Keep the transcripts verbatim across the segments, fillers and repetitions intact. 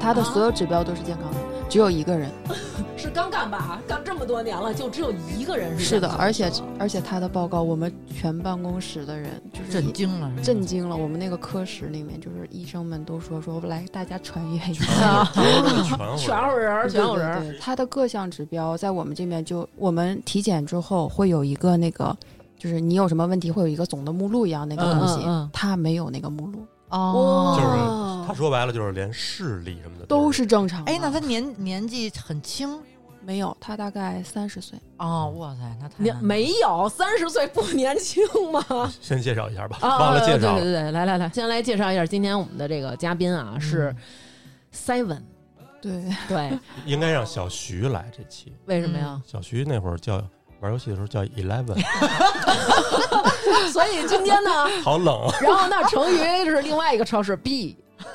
他的所有指标都是健康的，只有一个人是刚干吧，干这么多年了，就只有一个人是是的，而且而且他的报告，我们全办公室的人就是震惊了， 震惊了。我们那个科室里面，就是医生们都说说来，大家传阅一下， 全乎人，全乎人。 对对对，他的各项指标在我们这边就，我们体检之后会有一个那个，就是你有什么问题会有一个总的目录一样那个东西， 嗯嗯、 他没有那个目录。 哦，就是他说白了就是连视力什么的都是正常的。 哎，那他年年纪很轻？ 没有，他大概三十岁。 哦，哇塞，那太年没有三十岁不年轻吗？ 先介绍一下吧， 啊、 忘了介绍了。 对对对，来来来，先来介绍一下今天我们的这个嘉宾啊，嗯、是 Seven。 对对， 应该让小徐来这期。 为什么呀？ 小徐那会儿叫玩游戏的时候叫 Eleven。 所以今天呢， 好冷。 然后那成语是另外一个超市 B，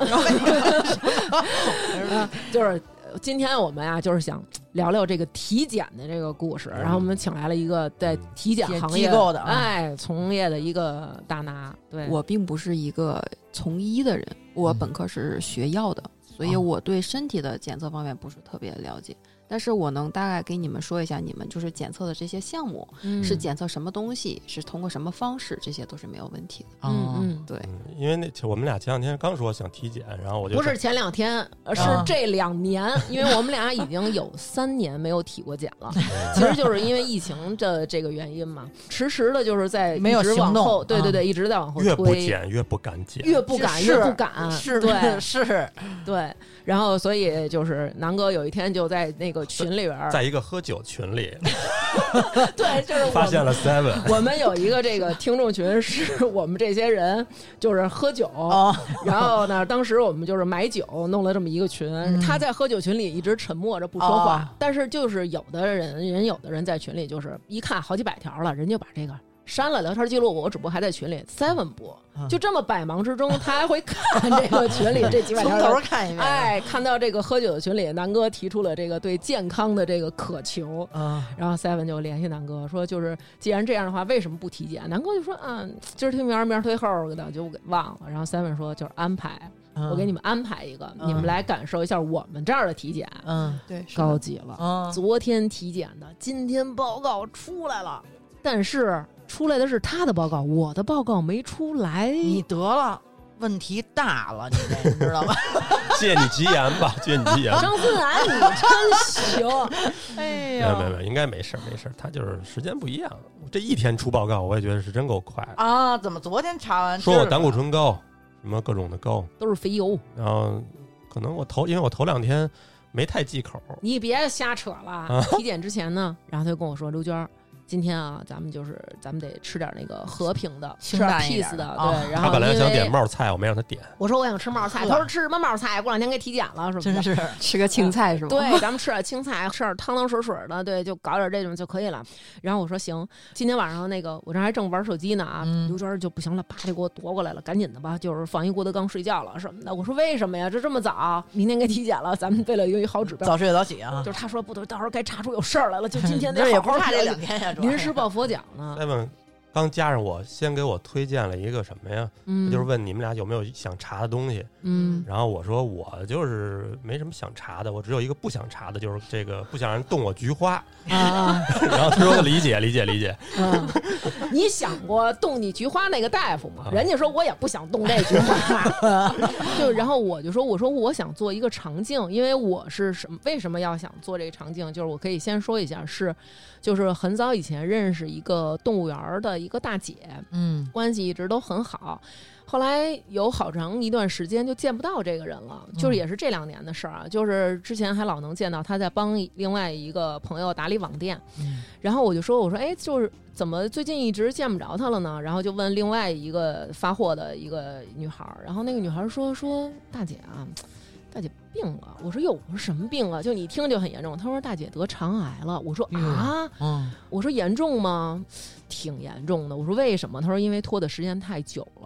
就是今天我们啊，就是想聊聊这个体检的这个故事。然后我们请来了一个在体检行业机构的， 哎，从业的一个大拿。对， 我并不是一个从医的人，我本科是学药的，嗯、所以我对身体的检测方面不是特别了解。但是我能大概给你们说一下，你们就是检测的这些项目、嗯、是检测什么东西，是通过什么方式，这些都是没有问题的。 嗯嗯， 对、 嗯，因为那我们俩前两天刚说想体检，然后我就不是前两天，是这两年，啊、因为我们俩已经有三年没有体过检了。其实就是因为疫情的这个原因嘛，迟迟的就是在没有行动， 对对对，一直在往后推， 越不检越不敢检， 越不敢越不敢， 是， 对是， 对。然后所以就是南哥有一天就在那个群里边， 在一个喝酒群里， 对，就是发现了 Seven。 我们有一个这个听众群，是我们这些人就是喝酒， 哦、 然后呢，当时我们就是买酒，弄了这么一个群。嗯、他在喝酒群里一直沉默着不说话，哦、但是就是有的人，人有的人在群里就是一看好几百条了，人就把这个删了聊天记录，我只不过还在群里 Seven 播，就这么百忙之中，他还会看这个群里这几百条， 从头看一遍。 哎，看到这个喝酒的群里，南哥提出了这个对健康的这个渴求， 嗯， 然后 Seven 就联系南哥说，就是既然这样的话，为什么不体检？南哥就说，嗯，今儿听明儿明儿推后的就给忘了。然后 Seven 说，就是安排。嗯、我给你们安排一个、嗯，你们来感受一下我们这儿的体检。 嗯， 对， 高级了。 嗯， 昨天体检的，今天报告出来了，但是出来的是他的报告，我的报告没出来。 你得了，问题大了，你这你知道吧？ 借你吉言吧，借你吉言。 张思楠，你真行。 哎呀， 没有没有没有，应该没事没事，他就是时间不一样。这一天出报告，我也觉得是真够快啊！怎么昨天查完？ 说我胆固醇高。什么各种的高都是肥油， 然后可能我头因为我头两天没太忌口， 你别瞎扯了。啊、体检之前呢，然后他就跟我说，刘娟，今天啊，咱们就是咱们得吃点那个和平的，吃点 peace 的， 哦、 对。然后他本来想点冒菜，我没让他点。 我说我想吃冒菜，他说吃什么冒菜？过两天给体检了，是不是？真是吃个青菜是吧？ 对，咱们吃点青菜，吃点汤汤水水的，对，就搞点这种就可以了。然后我说行，今天晚上那个我这还正玩手机呢啊， 嗯、 刘娟就不行了，啪就给我夺过来了，赶紧的吧，就是放一郭德纲睡觉了什么的。我说为什么呀？这这么早？明天给体检了，咱们为了有一好指标， 早睡早起啊。 就是他说不对，到时候该查出有事儿来了，就今天得也好好不差这两天呀， 临时抱佛脚呢。 再问，刚加上我，先给我推荐了一个什么呀？ 嗯， 就是问你们俩有没有想查的东西。 嗯， 然后我说我就是没什么想查的，我只有一个不想查的，就是这个不想让人动我菊花。 啊， 然后他说理解理解理解。 嗯，你想过动你菊花那个大夫吗？啊、人家说我也不想动这菊花。就然后我就说我说我想做一个肠镜，因为我是什么为什么要想做这个肠镜？就是我可以先说一下，是就是很早以前认识一个动物园的一个大姐， 嗯， 关系一直都很好。后来有好长一段时间就见不到这个人了，就是也是这两年的事儿啊。就是之前还老能见到他在帮另外一个朋友打理网店， 嗯、 然后我就说我说哎，就是怎么最近一直见不着他了呢？然后就问另外一个发货的一个女孩，然后那个女孩说说大姐啊，大姐病了。我说哟，我说什么病啊？就你一听就很严重。她说大姐得肠癌了。我说啊， 嗯， 我说严重吗？挺严重的。我说为什么？她说因为拖的时间太久了。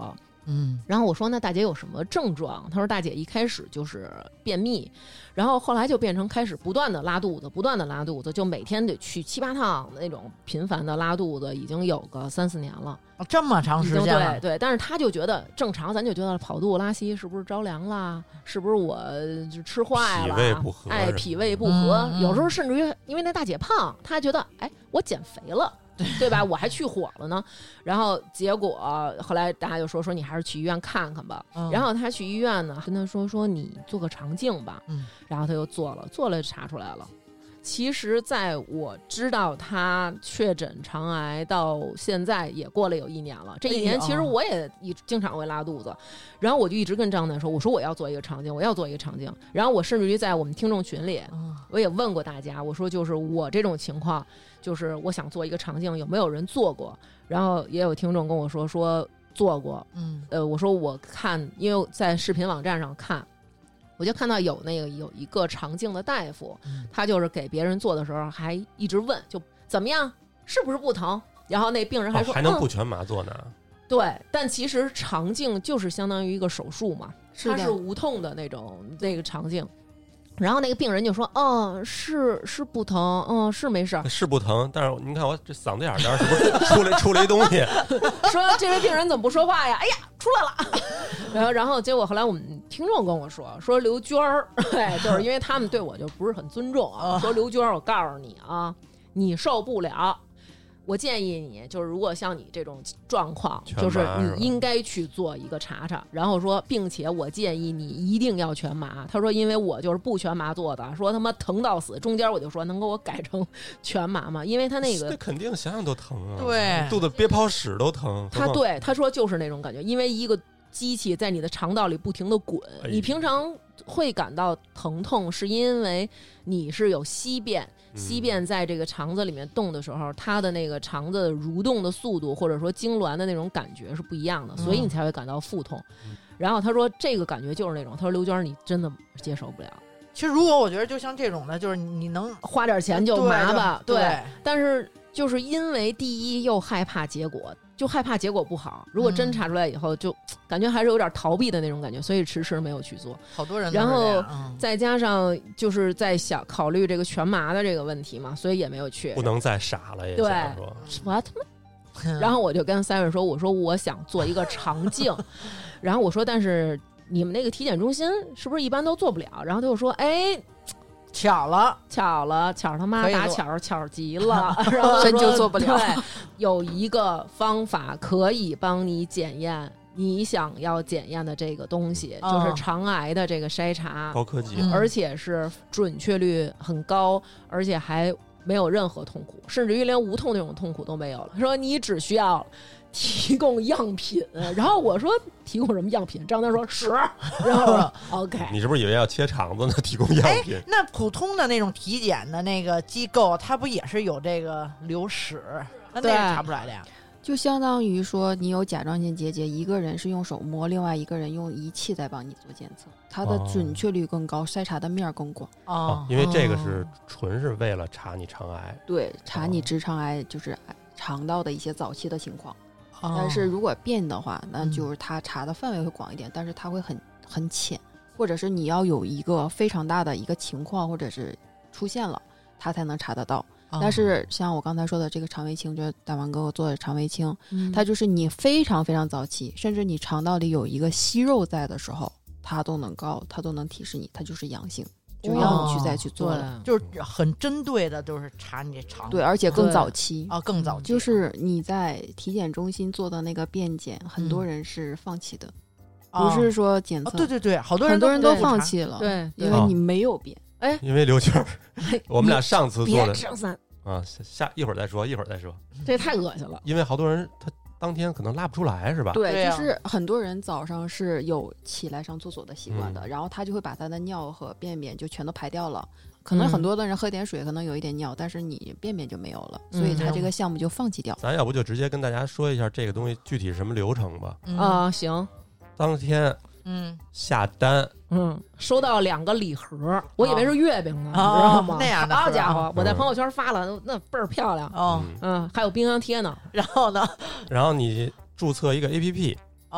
嗯， 然后我说那大姐有什么症状？她说大姐一开始就是便秘，然后后来就变成开始不断的拉肚子，不断的拉肚子，就每天得去七八趟那种频繁的拉肚子，已经有个三四年了。 哦这么长时间了， 对对，但是他就觉得正常，咱就觉得跑肚拉稀是不是着凉了？是不是我就吃坏了？ 脾胃不和， 哎，脾胃不和， 嗯、 有时候甚至于因为那大姐胖，她觉得哎，我减肥了。对吧？我还去火了呢，然后结果后来大家就说说你还是去医院看看吧。嗯、然后他去医院呢，跟他说说你做个肠镜吧。嗯，然后他又做了，做了查出来了。其实，在我知道他确诊肠癌到现在也过了有一年了，这一年其实我也一经常会拉肚子，然后我就一直跟张楠说，我说我要做一个肠镜，我要做一个肠镜。然后我甚至于在我们听众群里，我也问过大家，我说就是我这种情况，就是我想做一个肠镜，有没有人做过？然后也有听众跟我说说做过，嗯，呃，我说我看，因为在视频网站上看。我就看到有那个有一个肠镜的大夫，他就是给别人做的时候还一直问，就怎么样，是不是不疼？然后那病人还说、 哦、还能不全麻做呢、嗯？ 对，但其实肠镜就是相当于一个手术嘛， 是它是无痛的那种那个肠镜。然后那个病人就说：“哦，是是不疼，嗯，是没事， 是不疼。但是您看我这嗓子眼儿这儿是不是出来出来一东西？ 说这位病人怎么不说话呀？哎呀，出来了。然后然后结果后来我们听众跟我说说刘娟儿，哎，就是因为他们对我就不是很尊重啊，说刘娟儿，我告诉你啊，你受不了。”我建议你，就是如果像你这种状况，就是你应该去做一个查查，然后说，并且我建议你一定要全麻。他说，因为我就是不全麻做的，说他妈疼到死。中间我就说，能给我改成全麻吗？因为他那个， 那肯定想想都疼啊， 对， 肚子憋泡屎都疼。 他对他说就是那种感觉，因为一个机器在你的肠道里不停的滚， 哎、 你平常会感到疼痛，是因为你是有稀便。稀便在这个肠子里面动的时候，它的那个肠子蠕动的速度，或者说痉挛的那种感觉是不一样的，所以你才会感到腹痛。嗯、然后他说这个感觉就是那种，他说刘娟你真的接受不了。 其实如果我觉得就像这种的，就是你能花点钱就麻烦， 对， 对， 对， 但是就是因为第一又害怕结果。就害怕结果不好，如果真查出来以后，就感觉还是有点逃避的那种感觉，所以迟迟没有去做。 好多人， 然后嗯、 再加上就是在想考虑这个全麻的这个问题嘛，所以也没有去。 不能再傻了，也对， 想说我他妈。然后我就跟Simon说，我说我想做一个肠镜，然后我说但是你们那个体检中心是不是一般都做不了？然后他就说，哎。 巧了， 巧了，巧他妈打巧，巧极了，然后真就做不了。 对，有一个方法可以帮你检验你想要检验的这个东西， 哦、 就是肠癌的这个筛查， 高科技， 嗯、而且是准确率很高，而且还没有任何痛苦，甚至于连无痛那种痛苦都没有了。说你只需要提供样品，然后我说提供什么样品？张丹说屎，然后说 OK。 你是不是以为要切肠子呢？提供样品？ 哎，那普通的那种体检的那个机构，它不也是有这个流屎？那那是查不出来的呀。 就相当于说你有甲状腺结节，一个人是用手摸，另外一个人用仪器在帮你做检测，它的准确率更高，筛查的面更广。 哦，因为这个是纯是为了查你肠癌， 对，查你直肠癌就是肠道的一些早期的情况。 哦、 但是如果变的话，那就是它查的范围会广一点，嗯、但是它会很很浅，或者是你要有一个非常大的一个情况，或者是出现了，它才能查得到。哦、但是像我刚才说的这个肠胃清，就是大王哥哥做的肠胃清，嗯、它就是你非常非常早期，甚至你肠道里有一个息肉在的时候，它都能告，它都能提示你，它就是阳性。就要你去再去做了， 就是很针对的，就是查你这肠， 对，而且更早期啊，更早期， 就是你在体检中心做的那个便检，很多人是放弃的， 嗯、 不是说检测， 哦，对对对，好多人很多人都放弃了， 对， 因为你没有便， 哎， 因为刘娟，我们俩上次做的上三啊，下一会儿再说，一会儿再说， 这太恶心了， 因为好多人他。当天可能拉不出来是吧？ 对， 对啊、 就是很多人早上是有起来上厕所的习惯的，嗯、然后他就会把他的尿和便便就全都排掉了。可能很多的人喝点水，可能有一点尿，但是你便便就没有了， 嗯、 所以他这个项目就放弃掉。 咱要不就直接跟大家说一下这个东西具体是什么流程吧？ 啊、嗯呃，行。 当天嗯下单嗯收到两个礼盒，我以为是月饼呢， 哦、 你知道吗？ 那样的， 好家伙，我在朋友圈发了，那倍儿漂亮哦， 嗯，还有冰箱贴呢。 然后呢？ 然后你注册一个 A P P 啊，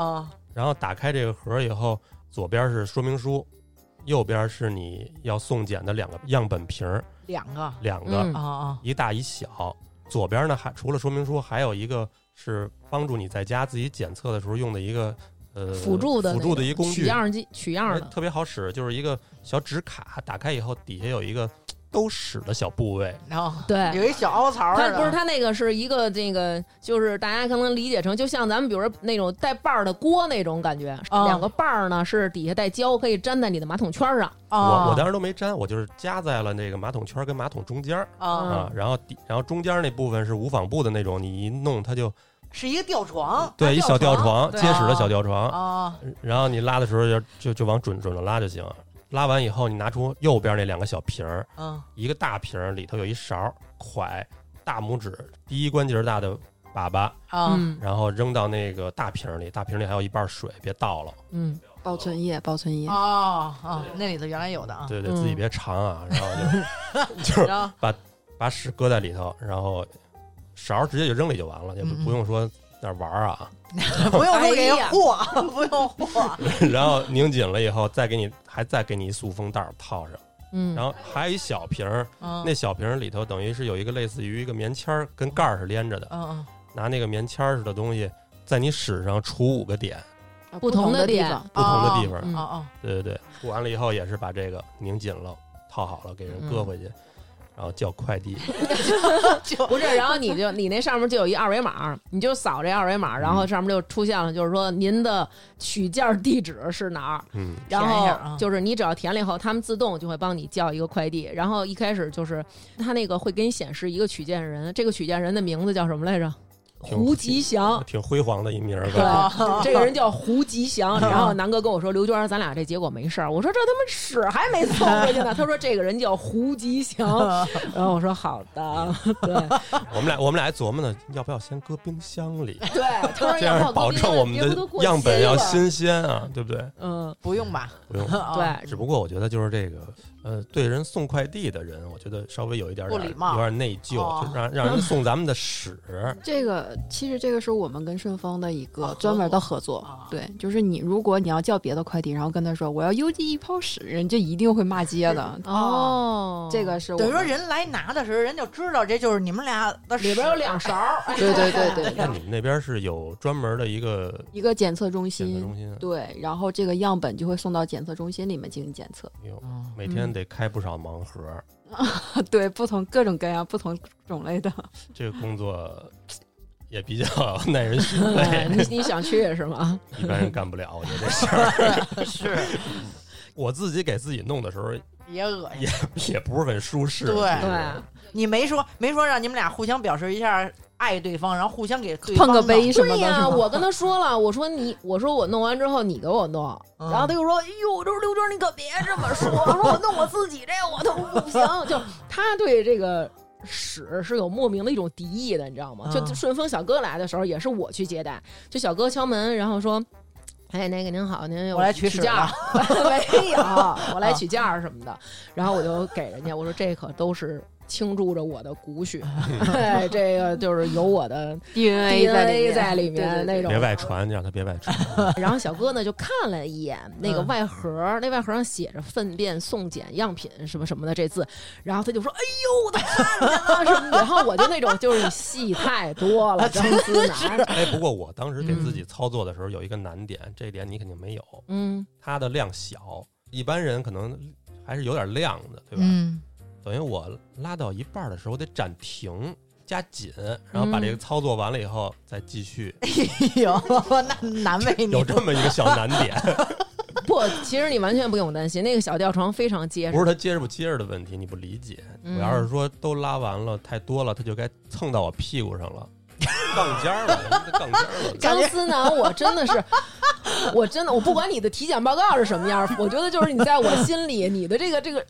然后打开这个盒以后，左边是说明书，右边是你要送检的两个样本瓶， 两个， 两个， 嗯啊啊， 一大一小。左边呢还除了说明书，还有一个是帮助你在家自己检测的时候用的一个呃辅助的辅助的一工具， 取样机取样的， 特别好使，就是一个小纸卡，打开以后底下有一个兜屎的小部位， 然后对， 有一小凹槽它不是它那个是一个这个，就是大家可能理解成就像咱们比如说那种带把儿的锅那种感觉， 哦两个把儿呢是底下带胶，可以粘在你的马桶圈上。 哦我我当时都没粘，我就是夹在了那个马桶圈跟马桶中间啊， 啊，然后底然后中间那部分是无纺布的那种，你一弄它就是一个吊床， 对一小吊床， 对结实的小吊床， 啊， 然后你拉的时候就就就往准准的拉就行。拉完以后，你拿出右边那两个小瓶儿， 嗯一个大瓶儿里头有一勺，蒯大拇指第一关节大的粑粑， 啊， 嗯然后扔到那个大瓶儿里，大瓶里还有一半水，别倒了。 嗯， 保存液，保存液。 哦哦，那里头原来有的啊， 对对， 嗯自己别尝啊，然后就就是然后把把屎搁在里头，然后勺直接就扔里就完了，也不嗯嗯不用说在那玩儿啊。 不用说给哎呀和，不用和， 然后拧紧了以后，再给你还再给你一塑封袋儿套上， 嗯， 然后还有一小瓶儿， 嗯那小瓶儿里头等于是有一个类似于一个棉签儿，跟盖儿是连着的， 嗯拿那个棉签儿似的东西在你屎上杵五个点， 啊不同的点的地方， 不同的地方。 嗯哦哦， 对对对，涂完了以后也是把这个拧紧了，套好了，给人搁回去，然后叫快递。 就不是，然后你就你那上面就有一二维码，你就扫这二维码，然后上面就出现了，就是说您的取件地址是哪儿， 嗯， 然填一下啊后就是你只要填了以后，他们自动就会帮你叫一个快递。然后一开始就是他那个会给你显示一个取件人，这个取件人的名字叫什么来着？ 挺胡吉祥。 挺辉煌的一名儿。 对哦， 这个人叫胡吉祥。然后南哥跟我说：“刘娟，咱俩这结果没事儿。”我说：“这他妈屎还没凑回去呢。”他说：“这个人叫胡吉祥。”然后我说：“好的。”对我们俩我们俩还琢磨呢，要不要先搁冰箱里， 对，他说这要不要样保证我们的样本要。新鲜啊，对不对？ 嗯， 不用吧？ 不用。 哦对， 只不过我觉得就是这个，呃，对人送快递的人，我觉得稍微有一点点不礼貌有点内疚， 哦就让让人送咱们的屎。 这个其实这个是我们跟顺丰的一啊个专门的合作， 啊对，就是你如果你要叫别的快递，然后跟他说我要邮寄一泡屎，人家一定会骂街的。 哦， 这个是我们等于说人来拿的时候，人就知道这就是你们俩的里边有两屎勺儿。 对对对对那你们那边是有专门的一个一个检测中检测心， 中心？ 对，然后这个样本就会送到检测中心里面进行检测。 有嗯每天得开不少盲盒， 对，不同各种各样、不同种类的。 这个工作也比较耐人寻哎味， 你你想去是吗？ 一般人干不了。我觉得这事儿， 是我自己给自己弄的时候也恶心。 也也不是很舒适。 对其实对， 你没说没说让你们俩互相表示一下爱对方，然后互相给对碰个方弄杯什么的， 对呀、 是吗我跟他说了，我说你，我说我弄完之后你给我弄， 嗯然后他就说，哎呦，这刘娟你可别这么说，说我弄我自己这个我都不行，就他对这个。屎是有莫名的一种敌意的，你知道吗？就嗯顺丰小哥来的时候，也是我去接待，就小哥敲门，然后说：“哎，那个您好，您有我来取取件儿屎了？ 没有，我来取件儿什么的。”然后我就给人家我说：“这可都是倾注着我的骨血，哎，这个就是有我的 D N A 在里 D N A 面， 在里面对对对那种。” 别外传，让他别外传。 然后小哥呢就看了一眼那个嗯外盒，那外盒上写着“粪便送检样品”什么什么的这字，然后他就说：“哎呦，我都看见了什么的。”然后我就那种就是你戏太多了，张思楠。 哎，不过我当时给自己操作的时候有一个难点，这一点你肯定没有， 嗯它的量小，一般人可能还是有点量的，对吧？ 嗯， 等于我拉到一半的时候得暂停加紧，然后把这个操作完了以后再继续， 哎呦，那难为你有这么一个小难点。 不，其实你完全不用担心，那个小吊床非常结实。 不是他接着不接着的问题，你不理解。 嗯我要是说都拉完了太多了，他就该蹭到我屁股上了，杠尖儿了，人家杠尖儿了。 张思楠，我真的是，我真的，我不管你的体检报告是什么样，我觉得就是你在我心里，你的这个这个，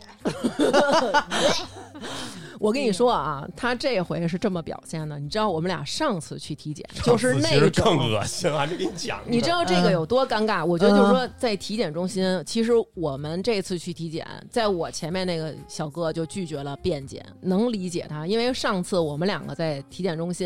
我跟你说啊，他这回是这么表现的。你知道我们俩上次去体检就是其那实更种。 恶心，还没给你讲呢。 你知道这个有多尴尬？我觉得就是说，在体检中心，其实我们这次去体检，在我前面那个小哥就拒绝了便检，能理解他，因为上次我们两个在体检中心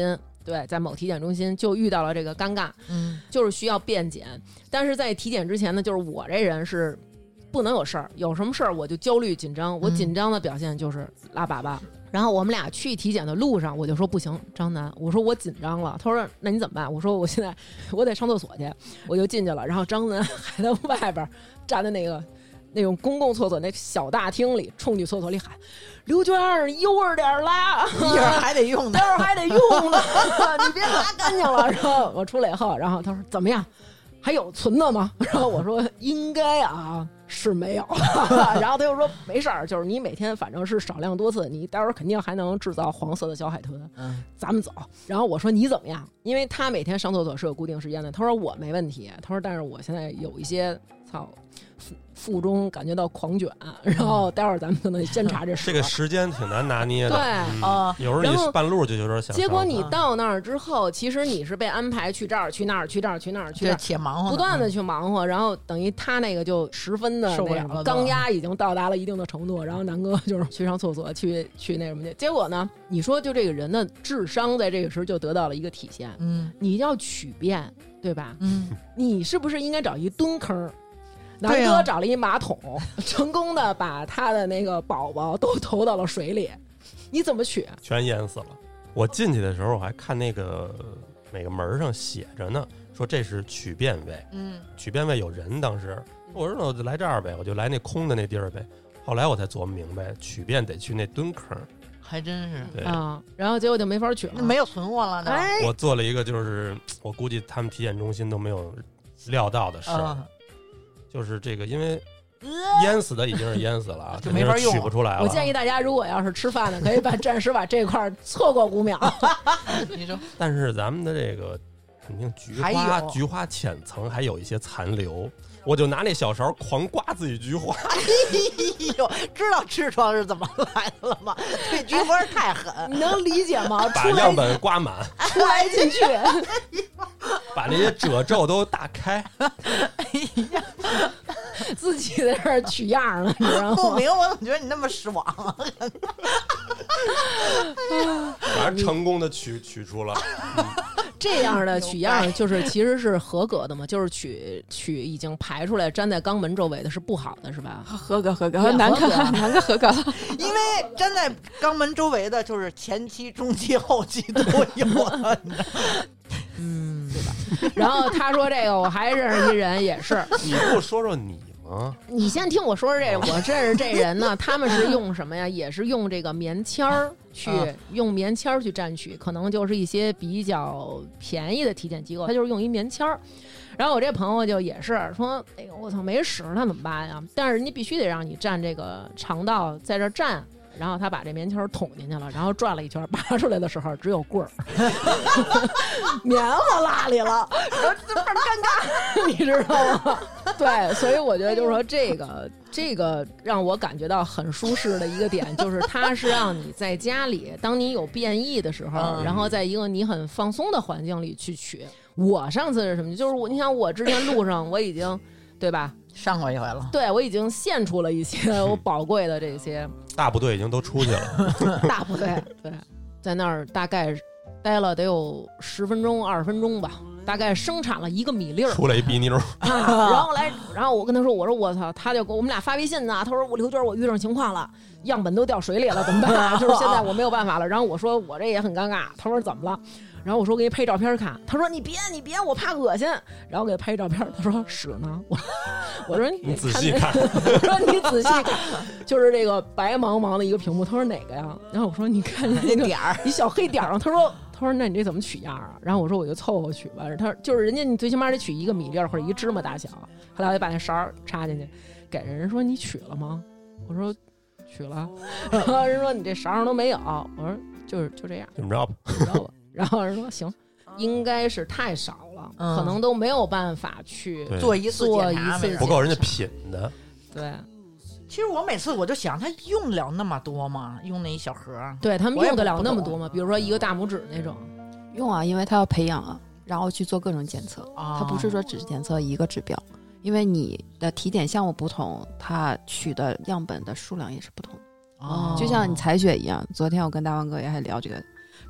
对，在某体检中心就遇到了这个尴尬， 嗯， 就是需要便检。但是在体检之前呢，就是我这人是不能有事儿，有什么事儿我就焦虑紧张，我紧张的表现就是拉粑粑。然后我们俩去体检的路上，我就说不行，张楠，我说我紧张了。他说那你怎么办？我说我现在我得上厕所去，我就进去了。然后张楠还在外边站在那个那种公共厕所那小大厅里，冲去厕所里喊：“刘娟儿，悠着点拉， 一会儿还得用呢， 待会儿还得用呢，你别拉干净了。”然后我出来以后，然后他说怎么样？还有存的吗？然后我说应该啊是没有，然后他又说没事儿，就是你每天反正是少量多次，你待会儿肯定还能制造黄色的小海豚，嗯，咱们走。然后我说你怎么样？因为他每天上厕所是有固定时间的，他说我没问题，他说但是我现在有一些操腹腹中感觉到狂卷，然后待会儿咱们可能先查这这个时间挺难拿捏的， 对啊、 嗯，有时候你半路就有点想。 结果你到那儿之后，其实你是被安排去这儿去那儿去这儿去那儿去这儿， 且忙活， 不断的去忙活，然后等于他那个就十分的受不了了， 高压已经到达了一定的程度，然后南哥就是去上厕所去去那什么去，结果呢，你说就这个人的智商在这个时候就得到了一个体现，嗯，你要取便对吧？嗯，你是不是应该找一蹲坑？南哥找了一马桶，成功的把他的那个宝宝都投到了水里，你怎么取？ 全淹死了。我进去的时候我还看那个每个门上写着呢，说这是取便位，嗯，取便位有人。当时我说那我就来这儿呗，我就来那空的那地儿呗。后来我才琢磨明白，取便得去那蹲坑， 还真是对啊。然后结果就没法取了， 没有存货了。 哎， 我做了一个就是我估计他们体检中心都没有料到的事儿。啊，就是这个，因为淹死的已经是淹死了， 就没法用， 取不出来了。 我建议大家，如果要是吃饭的，可以把暂时把这块错过五秒。 你说， 但是咱们的这个肯定菊花，菊花浅层还有一些残留，我就拿那小勺狂刮自己菊花。 哎呦，知道痔疮是怎么来的了吗？这菊花太狠， 你能理解吗？ 把样本刮满， 出来进去。 把那些褶皱都打开， 哎呀， 自己在这儿取样了，你知道吗？ 不明，我怎么觉得你那么爽啊？ 反正成功的取取出了。 嗯、这样的取样就是其实是合格的嘛，就是取取已经排出来粘在肛门周围的是不好的，是吧？ 合格合格，南哥南哥合格了， 因为粘在肛门周围的就是前期、中期、后期都有了。 嗯，对吧？然后他说这个，我还认识一人，也是。 你不说说你吗？ 你先听我说说这个，我认识这人呢，他们是用什么呀？也是用这个棉签儿去、啊、用棉签儿去蘸取，可能就是一些比较便宜的体检机构，他就是用一棉签儿。然后我这朋友就也是说，哎呦我操，没屎那怎么办呀？但是人家必须得让你蘸这个肠道在这蘸。然后他把这棉签捅进去了，然后转了一圈，拔出来的时候只有棍儿，棉花拉里了，然后这倍儿尴尬，你知道吗？对，所以我觉得就是说这个这个让我感觉到很舒适的一个点，就是它是让你在家里，当你有变异的时候，嗯、然后在一个你很放松的环境里去取。我上次是什么？就是我，你想我之前路上我已经，对吧？ 上过一回了， 对我已经献出了一些我宝贵的这些大部队已经都出去了， 大部队对，在那儿大概待了得有十分钟二十分钟吧，大概生产了一个米粒儿， 出来一逼妞、 啊，然后来，然后我跟他说，我说我操，他就给我们俩发微信呢，他说我刘娟我遇上情况了，样本都掉水里了，怎么办、啊？就是现在我没有办法了。然后我说我这也很尴尬，他说怎么了？然后我说给你拍照片看，他说你别你别，我怕恶心。然后给他拍照片，他说屎呢？我我说 你, 你仔细看， 我说你仔细看，就是这个白茫茫的一个屏幕。他说哪个呀？然后我说你看那个点儿， 一小黑点儿。他说他说那你这怎么取样啊？然后我说我就凑合取吧。他说就是人家你最起码得取一个米粒或者一个芝麻大小。后来我就把那勺插进去，给人人说你取了吗？我说取了。然后人说你这勺上都没有。我说就是就这样， 怎么着吧？ 知道吧？然后人说行，应该是太少了，嗯、可能都没有办法去做一次做一次， 不够人家品的。 对， 其实我每次我就想，他用得了那么多吗？用那一小盒， 对他们用得了那么多吗？比如说一个大拇指那种， 用啊，因为他要培养啊，然后去做各种检测，哦、他不是说只检测一个指标，因为你的体检项目不同，他取的样本的数量也是不同的。哦，就像你采血一样，昨天我跟大王哥也还聊这个。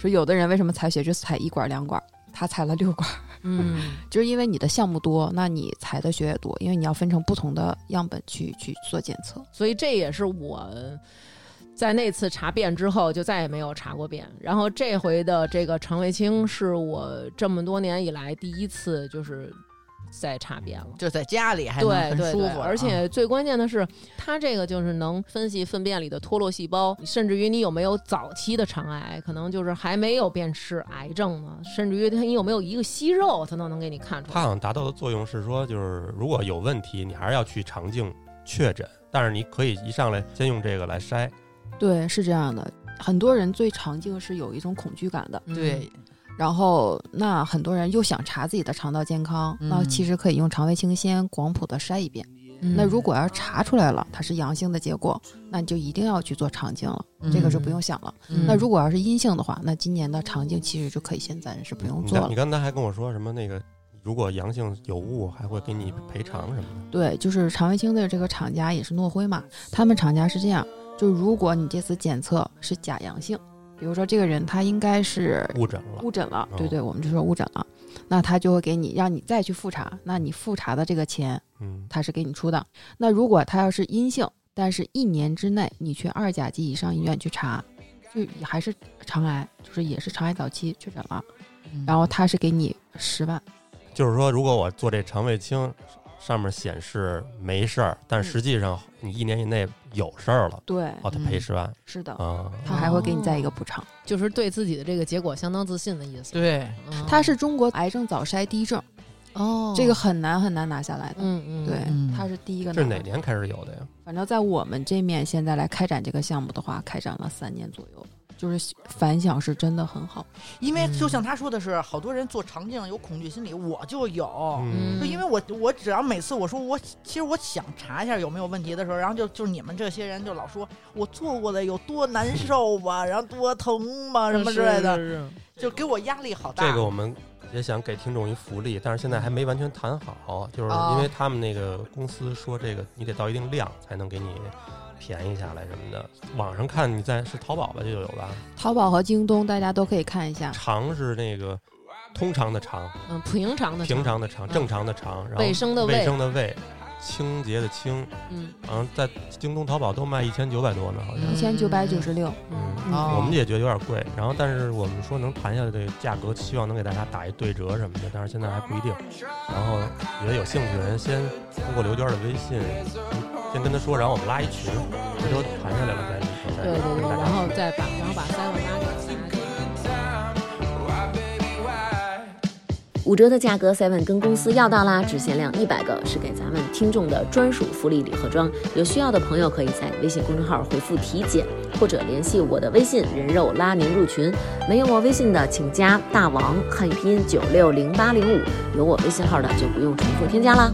说有的人为什么采血就采一管两管，他采了六管， 嗯， 就是因为你的项目多，那你采的血也多，因为你要分成不同的样本去去做检测， 所以这也是我在那次查便之后就再也没有查过便，然后这回的这个肠胃清是我这么多年以来第一次就是在查便了， 就在家里还能很舒服。 对对对，而且最关键的是，它这个就是能分析粪便里的脱落细胞，甚至于你有没有早期的肠癌，可能就是还没有辨识癌症呢，甚至于你有没有一个息肉，它都能给你看出来。 它好像达到的作用是说，就是如果有问题，你还是要去肠镜确诊，但是你可以一上来先用这个来筛。 对，是这样的。很多人对肠镜是有一种恐惧感的， 对。 然后那很多人又想查自己的肠道健康，嗯、那其实可以用肠胃清先广谱的筛一遍。嗯、那如果要查出来了它是阳性的结果，那你就一定要去做肠镜了，嗯、这个就不用想了。嗯、那如果要是阴性的话，那今年的肠镜其实就可以现在是不用做了。 你, 你刚才还跟我说什么那个？如果阳性有误，还会给你赔偿什么的。 对，就是肠胃清的这个厂家也是诺辉嘛，他们厂家是这样，就如果你这次检测是假阳性，比如说这个人他应该是误诊了， 误诊了，对对，我们就说误诊了，那他就会给你让你再去复查，那你复查的这个钱，嗯，他是给你出的。那如果他要是阴性，但是一年之内你去二甲级以上医院去查，就还是肠癌，就是也是肠癌早期确诊了，嗯、然后他是给你十万。 就是说，如果我做这肠胃清，上面显示没事儿，但实际上你一年以内有事儿了， 对， 哦，他赔十万， 嗯、是的， 啊、嗯， 他还会给你再一个补偿， 就是对自己的这个结果相当自信的意思。 对， 嗯、 他是中国癌症早筛第一证，哦，这个很难很难拿下来的， 嗯嗯， 对， 嗯、 他是第一个拿。 是哪年开始有的呀？ 反正在我们这面现在来开展这个项目的话，开展了三年左右。就是反响是真的很好， 因为就像他说的是，嗯、好多人做肠镜有恐惧心理，我就有， 嗯、 就因为我我只要每次我说我其实我想查一下有没有问题的时候，然后就就你们这些人就老说我做过的有多难受吧，然后多疼吧什么之类的， 是是是就给我压力好大。 这个我们也想给听众一福利，但是现在还没完全谈好，就是因为他们那个公司说这个你得到一定量才能给你便宜下来什么的。网上看你在是淘宝吧就有吧， 淘宝和京东大家都可以看一下。 肠是那个通常的肠， 嗯，平常的平常的肠，正常的肠，然后卫生的卫生的卫，清洁的清， 嗯， 好像在京东、淘宝都卖一千九百多呢，好像一千九百九十六。 嗯，我们也觉得有点贵。然后，但是我们说能谈下来的价格，希望能给大家打一对折什么的，但是现在还不一定。然后，觉得有兴趣的人先通过刘娟的微信，先跟他说，然后我们拉一群，回头谈下来了再再对对对，然后再把然后把三个拉给大家。 五折的价格 seven 跟公司要到啦，只限量一百个，是给咱们听众的专属福利礼盒装。有需要的朋友可以在微信公众号回复体检，或者联系我的微信人肉拉您入群。没有我微信的请加大王汉语拼音九六零八零五，有我微信号的就不用重复添加啦。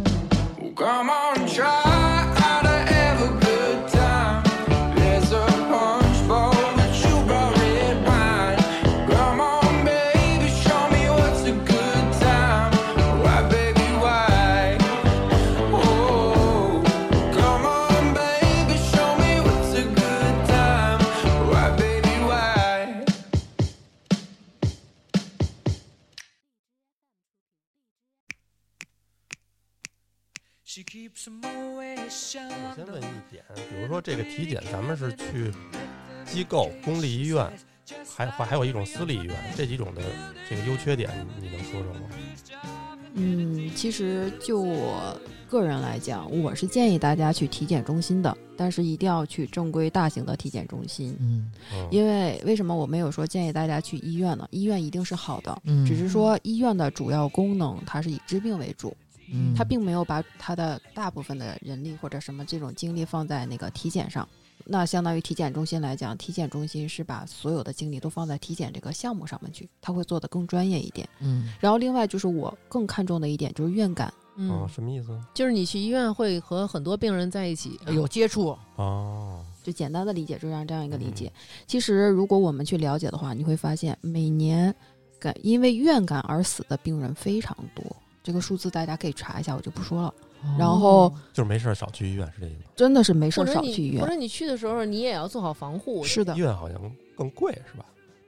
我先问一点，比如说这个体检，咱们是去机构、公立医院，还还有一种私立医院，这几种的这个优缺点，你能说说吗？ 嗯，其实就我个人来讲，我是建议大家去体检中心的，但是一定要去正规大型的体检中心。 嗯， 因为为什么我没有说建议大家去医院呢？医院一定是好的， 嗯， 只是说医院的主要功能它是以治病为主。 嗯， 他并没有把他的大部分的人力或者什么这种精力放在那个体检上，那相当于体检中心来讲，体检中心是把所有的精力都放在体检这个项目上面去，他会做得更专业一点。 嗯， 然后另外就是我更看重的一点就是院感。 嗯、 哦，什么意思？ 就是你去医院会和很多病人在一起， 有接触。 哦， 就简单的理解，就让这样一个理解。嗯、其实如果我们去了解的话，你会发现每年感因为院感而死的病人非常多。这个数字大家可以查一下，我就不说了。哦、然后就是没事少去医院，是这意思？ 真的是没事少去医院， 或者你去的时候，你也要做好防护。 是的， 医院好像更贵，是吧？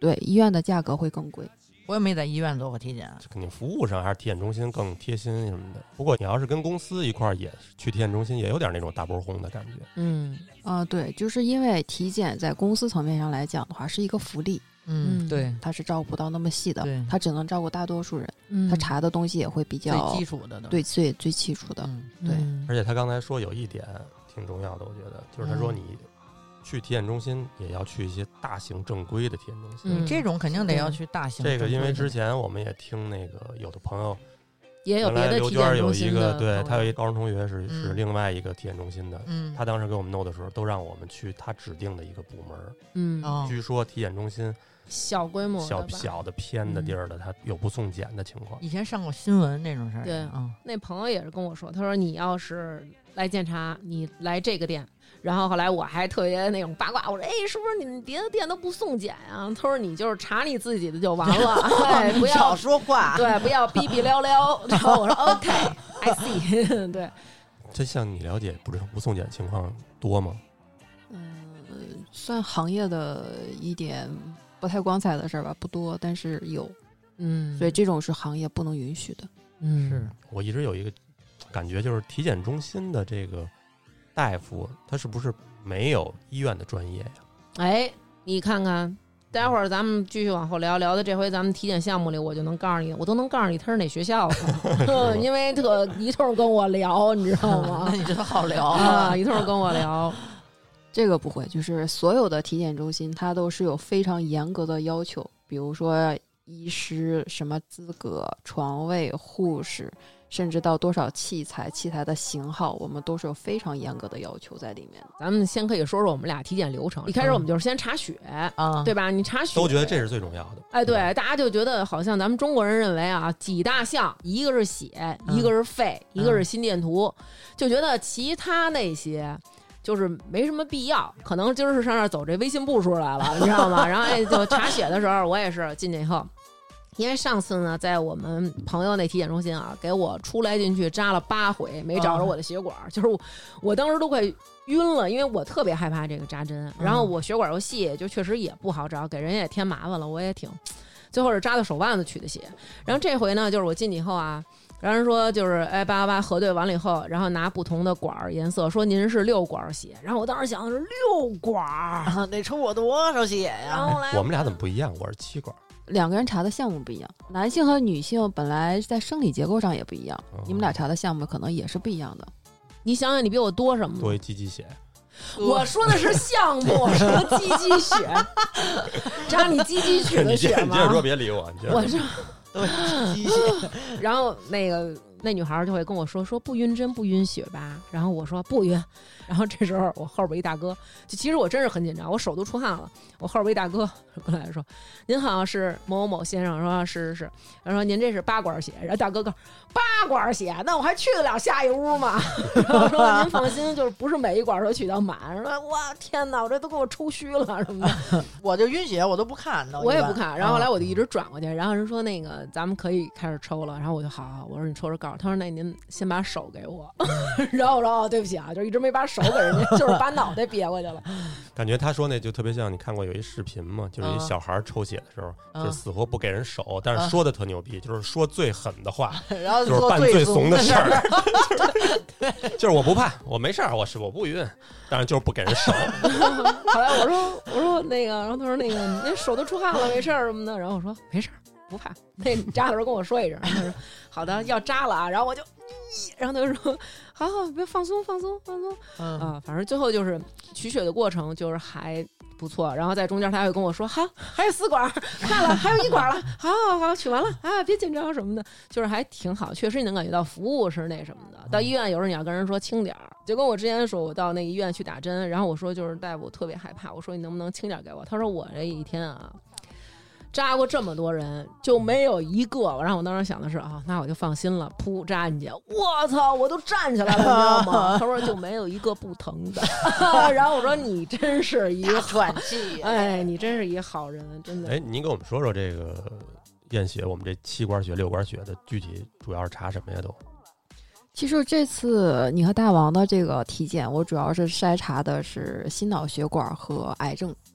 对，医院的价格会更贵。 我也没在医院做过体检， 肯定服务上还是体检中心更贴心什么的。不过你要是跟公司一块儿也去体检中心，也有点那种大波轰的感觉。 嗯啊、呃，对，就是因为体检在公司层面上来讲的话，是一个福利。 嗯，对， 它是照顾不到那么细的，它只能照顾大多数人。 嗯， 它查的东西也会比较最基础的， 对，最最基础的。 嗯、 对、 嗯。 而且他刚才说有一点挺重要的，我觉得就是他说你去体检中心也要去一些大型正规的体检中心。 嗯，这种肯定得要去大型。 这个因为之前我们也听那个有的朋友也有别的体检中心的， 刘娟有一个，对他有一高中同学是、嗯、是另外一个体检中心的， 嗯， 他当时给我们弄的时候，都让我们去他指定的一个部门， 嗯， 哦、 据说体检中心小规模的小小的偏的地儿的，他、嗯、有不送检的情况。 以前上过新闻那种事儿， 对， 嗯， 那朋友也是跟我说，他说你要是来检查，你来这个店。然后后来我还特别那种八卦，我说：“哎，是不是你们别的店都不送检啊？”他说：“你就是查你自己的就完了，哎，不要少说话， 对，不要逼逼撩撩。”然后我说 ：“OK，I see。”对， 这像你了解不不送检情况多吗？ 嗯，算行业的一点不太光彩的事儿吧，不多，但是有， 嗯， 所以这种是行业不能允许的。 嗯， 是我一直有一个感觉，就是体检中心的这个大夫，他是不是没有医院的专业呀？ 哎，你看看，待会儿咱们继续往后聊聊的这回咱们体检项目里，我就能告诉你，我都能告诉你他是哪学校的，因为特一通跟我聊，你知道吗？ 那你真好聊啊，一通跟我聊。 这个不会，就是所有的体检中心，它都是有非常严格的要求，比如说医师什么资格、床位、护士。甚至到多少器材、器材的型号，我们都是有非常严格的要求在里面。 咱们先可以说说我们俩体检流程。一开始我们就是先查血， 嗯、 对吧？你查血都觉得这是最重要的。 哎，对，大家就觉得好像咱们中国人认为啊，几大项，一个是血， 嗯、 一个是肺， 嗯、 一个是心电图，就觉得其他那些。就是没什么必要，可能今儿是上那儿走这微信步数来了，你知道吗？然后哎，就查血的时候，我也是进去以后。因为上次呢，在我们朋友那体检中心啊，给我出来进去扎了八回，没找着我的血管，嗯、就是我，我当时都快晕了，因为我特别害怕这个扎针，然后我血管又细，就确实也不好找，给人也添麻烦了，我也挺，最后是扎的手腕子取的血。然后这回呢，就是我进去以后啊，然后说就是哎八八八核对完了以后，然后拿不同的管颜色说您是六管血，然后我当时想的是六管， 啊、得抽我多少血呀？ 然后来我们俩怎么不一样？我是七管。 两个人查的项目不一样，男性和女性本来在生理结构上也不一样，哦、你们俩查的项目可能也是不一样的。 你想想，你比我多什么？ 多一鸡鸡血。 我说的是项目，什么鸡鸡血？扎你鸡鸡取的血吗？ 你接着说，别理我。 我是对鸡血。 然后那个那女孩就会跟我说说不晕针不晕血吧，然后我说不晕。然后这时候我后边一大哥，就其实我真是很紧张，我手都出汗了。我后边一大哥过来说：“您好，是某某某先生。”说：“是是是。”然后说：“您这是八管血。”然后大哥哥八管血，那我还去得了下一屋吗？然后说：“您放心，就是不是每一管都取到满。”说：“哇天哪，我这都给我抽虚了什么的。” 我就晕血，我都不看的， 我也不看。然后后来我就一直转过去，然后人说那个咱们可以开始抽了。然后我就好，好我说你抽着告诉他说那您先把手给我。然后我说哦对不起啊，就一直没把手。手给人家就是把脑袋憋过去了， 感觉他说那就特别像你看过有一视频嘛，就是一小孩抽血的时候，嗯、就死活不给人手，嗯、但是说的特牛逼，就是说最狠的话， 然后就是办最怂的事儿， 就是就是我不怕，我没事儿，我是我不晕，但是就是不给人手。 后来我说我说那个，然后他说那个你手都出汗了，没事儿什么的，然后我说没事儿。不怕，那你扎的时候跟我说一声。他说好的，要扎了啊。然后我就，然后他就说好好，别放松放松放松、嗯、啊。反正最后就是取血的过程就是还不错。然后在中间他还会跟我说好，还有四管，快了，还有一管了，好好好，取完了啊，别紧张什么的，就是还挺好。确实你能感觉到服务是那什么的。到医院有时候你要跟人说轻点儿，就跟我之前说我到那个医院去打针，然后我说就是大夫我特别害怕，我说你能不能轻点给我？他说我这一天啊。扎过这么多人，就没有一个。然后我当时想的是啊，那我就放心了，噗扎进去，我操，我都站起来了，你知道吗？他说就没有一个不疼的。然后我说你真是一个喘气， 哎，你真是一个好人，真的。 哎，您给我们说说这个验血，我们这七管血、六管血的具体主要是查什么呀？都？ 其实这次你和大王的这个体检，我主要是筛查的是心脑血管和癌症。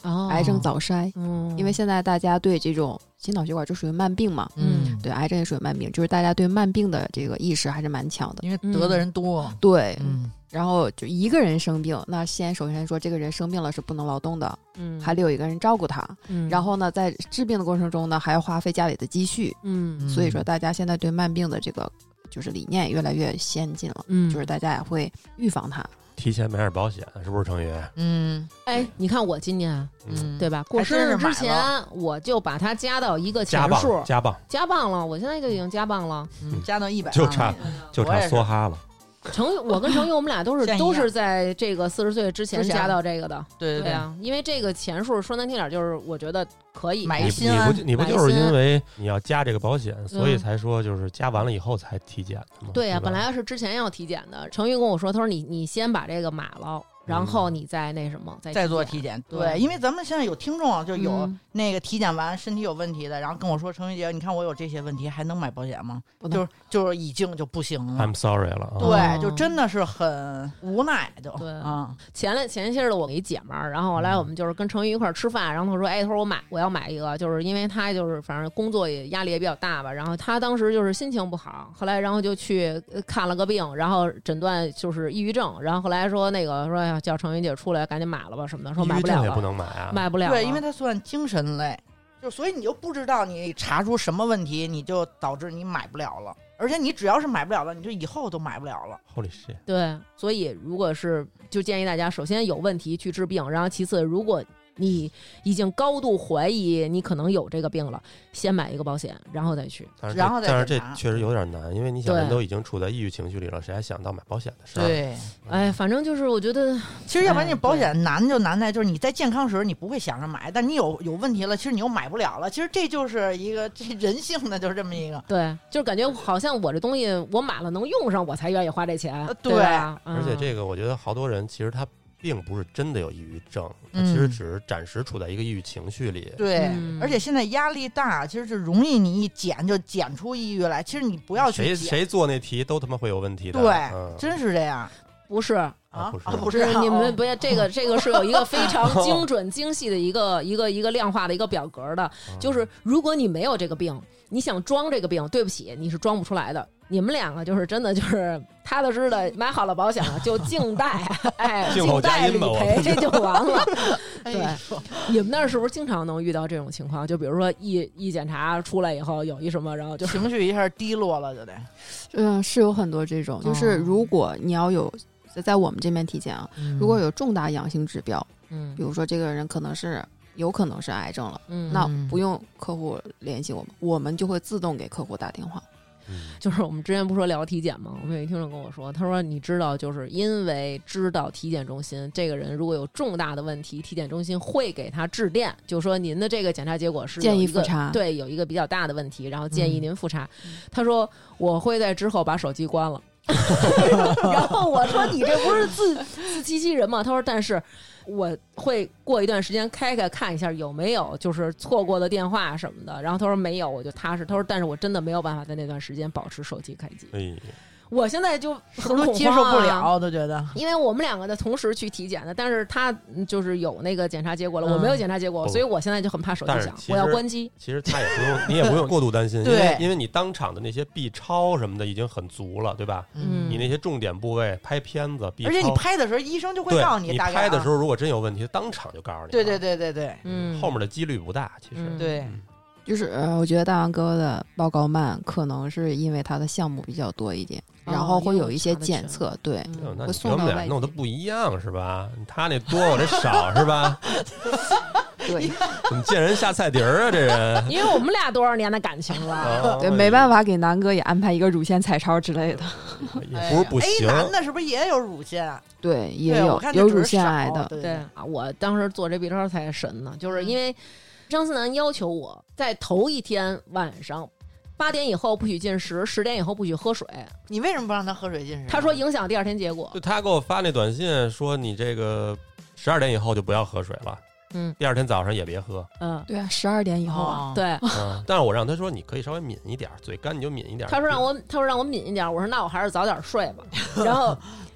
哦、 癌症早筛， 嗯， 因为现在大家对这种心脑血管就属于慢病嘛， 嗯， 对，癌症也属于慢病，就是大家对慢病的这个意识还是蛮强的， 因为得的人多， 对， 嗯， 然后就一个人生病，那先首先说这个人生病了是不能劳动的， 嗯， 还得有一个人照顾他， 嗯， 然后呢，在治病的过程中呢，还要花费家里的积蓄， 嗯， 所以说大家现在对慢病的这个就是理念也越来越先进了， 嗯， 就是大家也会预防它。 提前买点保险，是不是成宇？ 嗯， 哎，你看我今年， 嗯， 对吧？过生日之前我就把它加到一个钱数， 加磅， 加磅了。我现在就已经加磅了， 嗯，加到一百， 就差就差梭哈了。 成宇，我跟成宇，我们俩都是都是在这个四十岁之前加到这个的， 对对啊，因为这个钱数说难听点，就是我觉得可以买心安。你不你不就是因为你要加这个保险，所以才说就是加完了以后才体检的吗？ 对呀，本来是之前要体检的。成宇跟我说，他说你你先把这个买了。然后你再那什么，再再做体检。对，因为咱们现在有听众啊，就有那个体检完身体有问题的，然后跟我说：“程玉姐，你看我有这些问题，还能买保险吗？”就是就是已经就不行了。 I'm sorry 了。 对，就真的是很无奈的。 对啊， 前来前些日子我一姐们儿，然后后来我们就是跟程玉一块儿吃饭，然后她说：“哎，她说我买我要买一个，就是因为她就是反正工作也压力也比较大吧，然后她当时就是心情不好，后来然后就去看了个病，然后诊断就是抑郁症，然后后来说那个说呀叫程玉姐出来。”赶紧买了吧什么的，说买不了了， 也不能买啊， 买不了。 对，因为它算精神类，就所以你就不知道你查出什么问题，你就导致你买不了了。而且你只要是买不了了，你就以后都买不了了。 Holy shit！ 对，所以如果是就建议大家，首先有问题去治病，然后其次如果你已经高度怀疑你可能有这个病了，先买一个保险，然后再去， 然后再但是这确实有点难，因为你想人都已经处在抑郁情绪里了，谁还想到买保险的事儿？ 对， 哎，反正就是我觉得， 其实要不然你保险难就难在就是你在健康时你不会想着买，但你有有问题了，其实你又买不了了。其实这就是一个这人性的，就是这么一个。 对，就是感觉好像我这东西我买了能用上，我才愿意花这钱。 对， 对嗯、 而且这个我觉得好多人其实他。并不是真的有抑郁症，他其实只是暂时处在一个抑郁情绪里。 嗯、对、嗯，而且现在压力大，其实是容易你一减就减出抑郁来。其实你不要去谁谁做那题都他妈会有问题的。 对， 嗯、 真是这样。 不是啊， 不是， 啊不是， 你们不要这个，这个是有一个非常精准、精细的一个一个一个量化的一个表格的，就是如果你没有这个病，你想装这个病，对不起，你是装不出来的。你们两个就是真的就是踏踏实的买好了保险了，就静待，哎，静待理赔，这就完了。对，你们那儿是不是经常能遇到这种情况？就比如说一一检查出来以后有一什么，然后就情绪一下低落了，就得。 嗯，是有很多这种，就是如果你要有。在我们这边体检啊， 嗯、 如果有重大阳性指标， 嗯， 比如说这个人可能是有可能是癌症了， 嗯， 那不用客户联系我们，我们就会自动给客户打电话。 嗯， 就是我们之前不是说聊体检吗？我们有一听众跟我说，他说你知道，就是因为知道体检中心这个人如果有重大的问题，体检中心会给他致电，就说您的这个检查结果是建议复查， 对，有一个比较大的问题，然后建议您复查。嗯、他说我会在之后把手机关了。然后我说你这不是自自欺欺人吗？他说但是我会过一段时间开开看一下有没有就是错过的电话什么的，然后他说没有我就踏实。他说但是我真的没有办法在那段时间保持手机开机。 哎， 我现在就很恐慌、啊、 接受不了，都觉得， 因为我们两个的同时去体检的，但是他就是有那个检查结果了， 嗯、 我没有检查结果，所以我现在就很怕手机响，我要关机。 其实他也不用，你也不用过度担心，因为因为你当场的那些 B 超什么的已经很足了，对吧？ 嗯， 你那些重点部位拍片子 B 超， 而且你拍的时候，医生就会告诉你大概、啊， 你拍的时候如果真有问题，当场就告诉你。 对对对对对， 嗯， 后面的几率不大，其实、 嗯、 对。 嗯就是呃，我觉得大王哥的报告慢，可能是因为他的项目比较多一点， 哦、 然后会有一些检测，对， 嗯、那会送到外地。我们俩弄得不一样是吧？他那多，我这少是吧？ 对， 怎么见人下菜碟儿啊？这人， 因为我们俩多少年的感情了， 哦、对，没办法给南哥也安排一个乳腺彩超之类的， 也不是不行。 哎，男的是不是也有乳腺？ 对，也有有乳腺癌的。 对, 对啊，我当时做这 B 超才神呢，就是因为。张思楠要求我在头一天晚上八点以后不许进食，十点以后不许喝水。 你为什么不让他喝水进食？ 他说影响第二天结果。 就他给我发那短信说你这个十二点以后就不要喝水了， 嗯， 第二天早上也别喝。 嗯， 对啊，十二点以后啊， 哦、对。 嗯，但是我让他说你可以稍微抿一点，嘴干你就抿一点。 他说让我他说让我抿一点，我说那我还是早点睡吧。然后。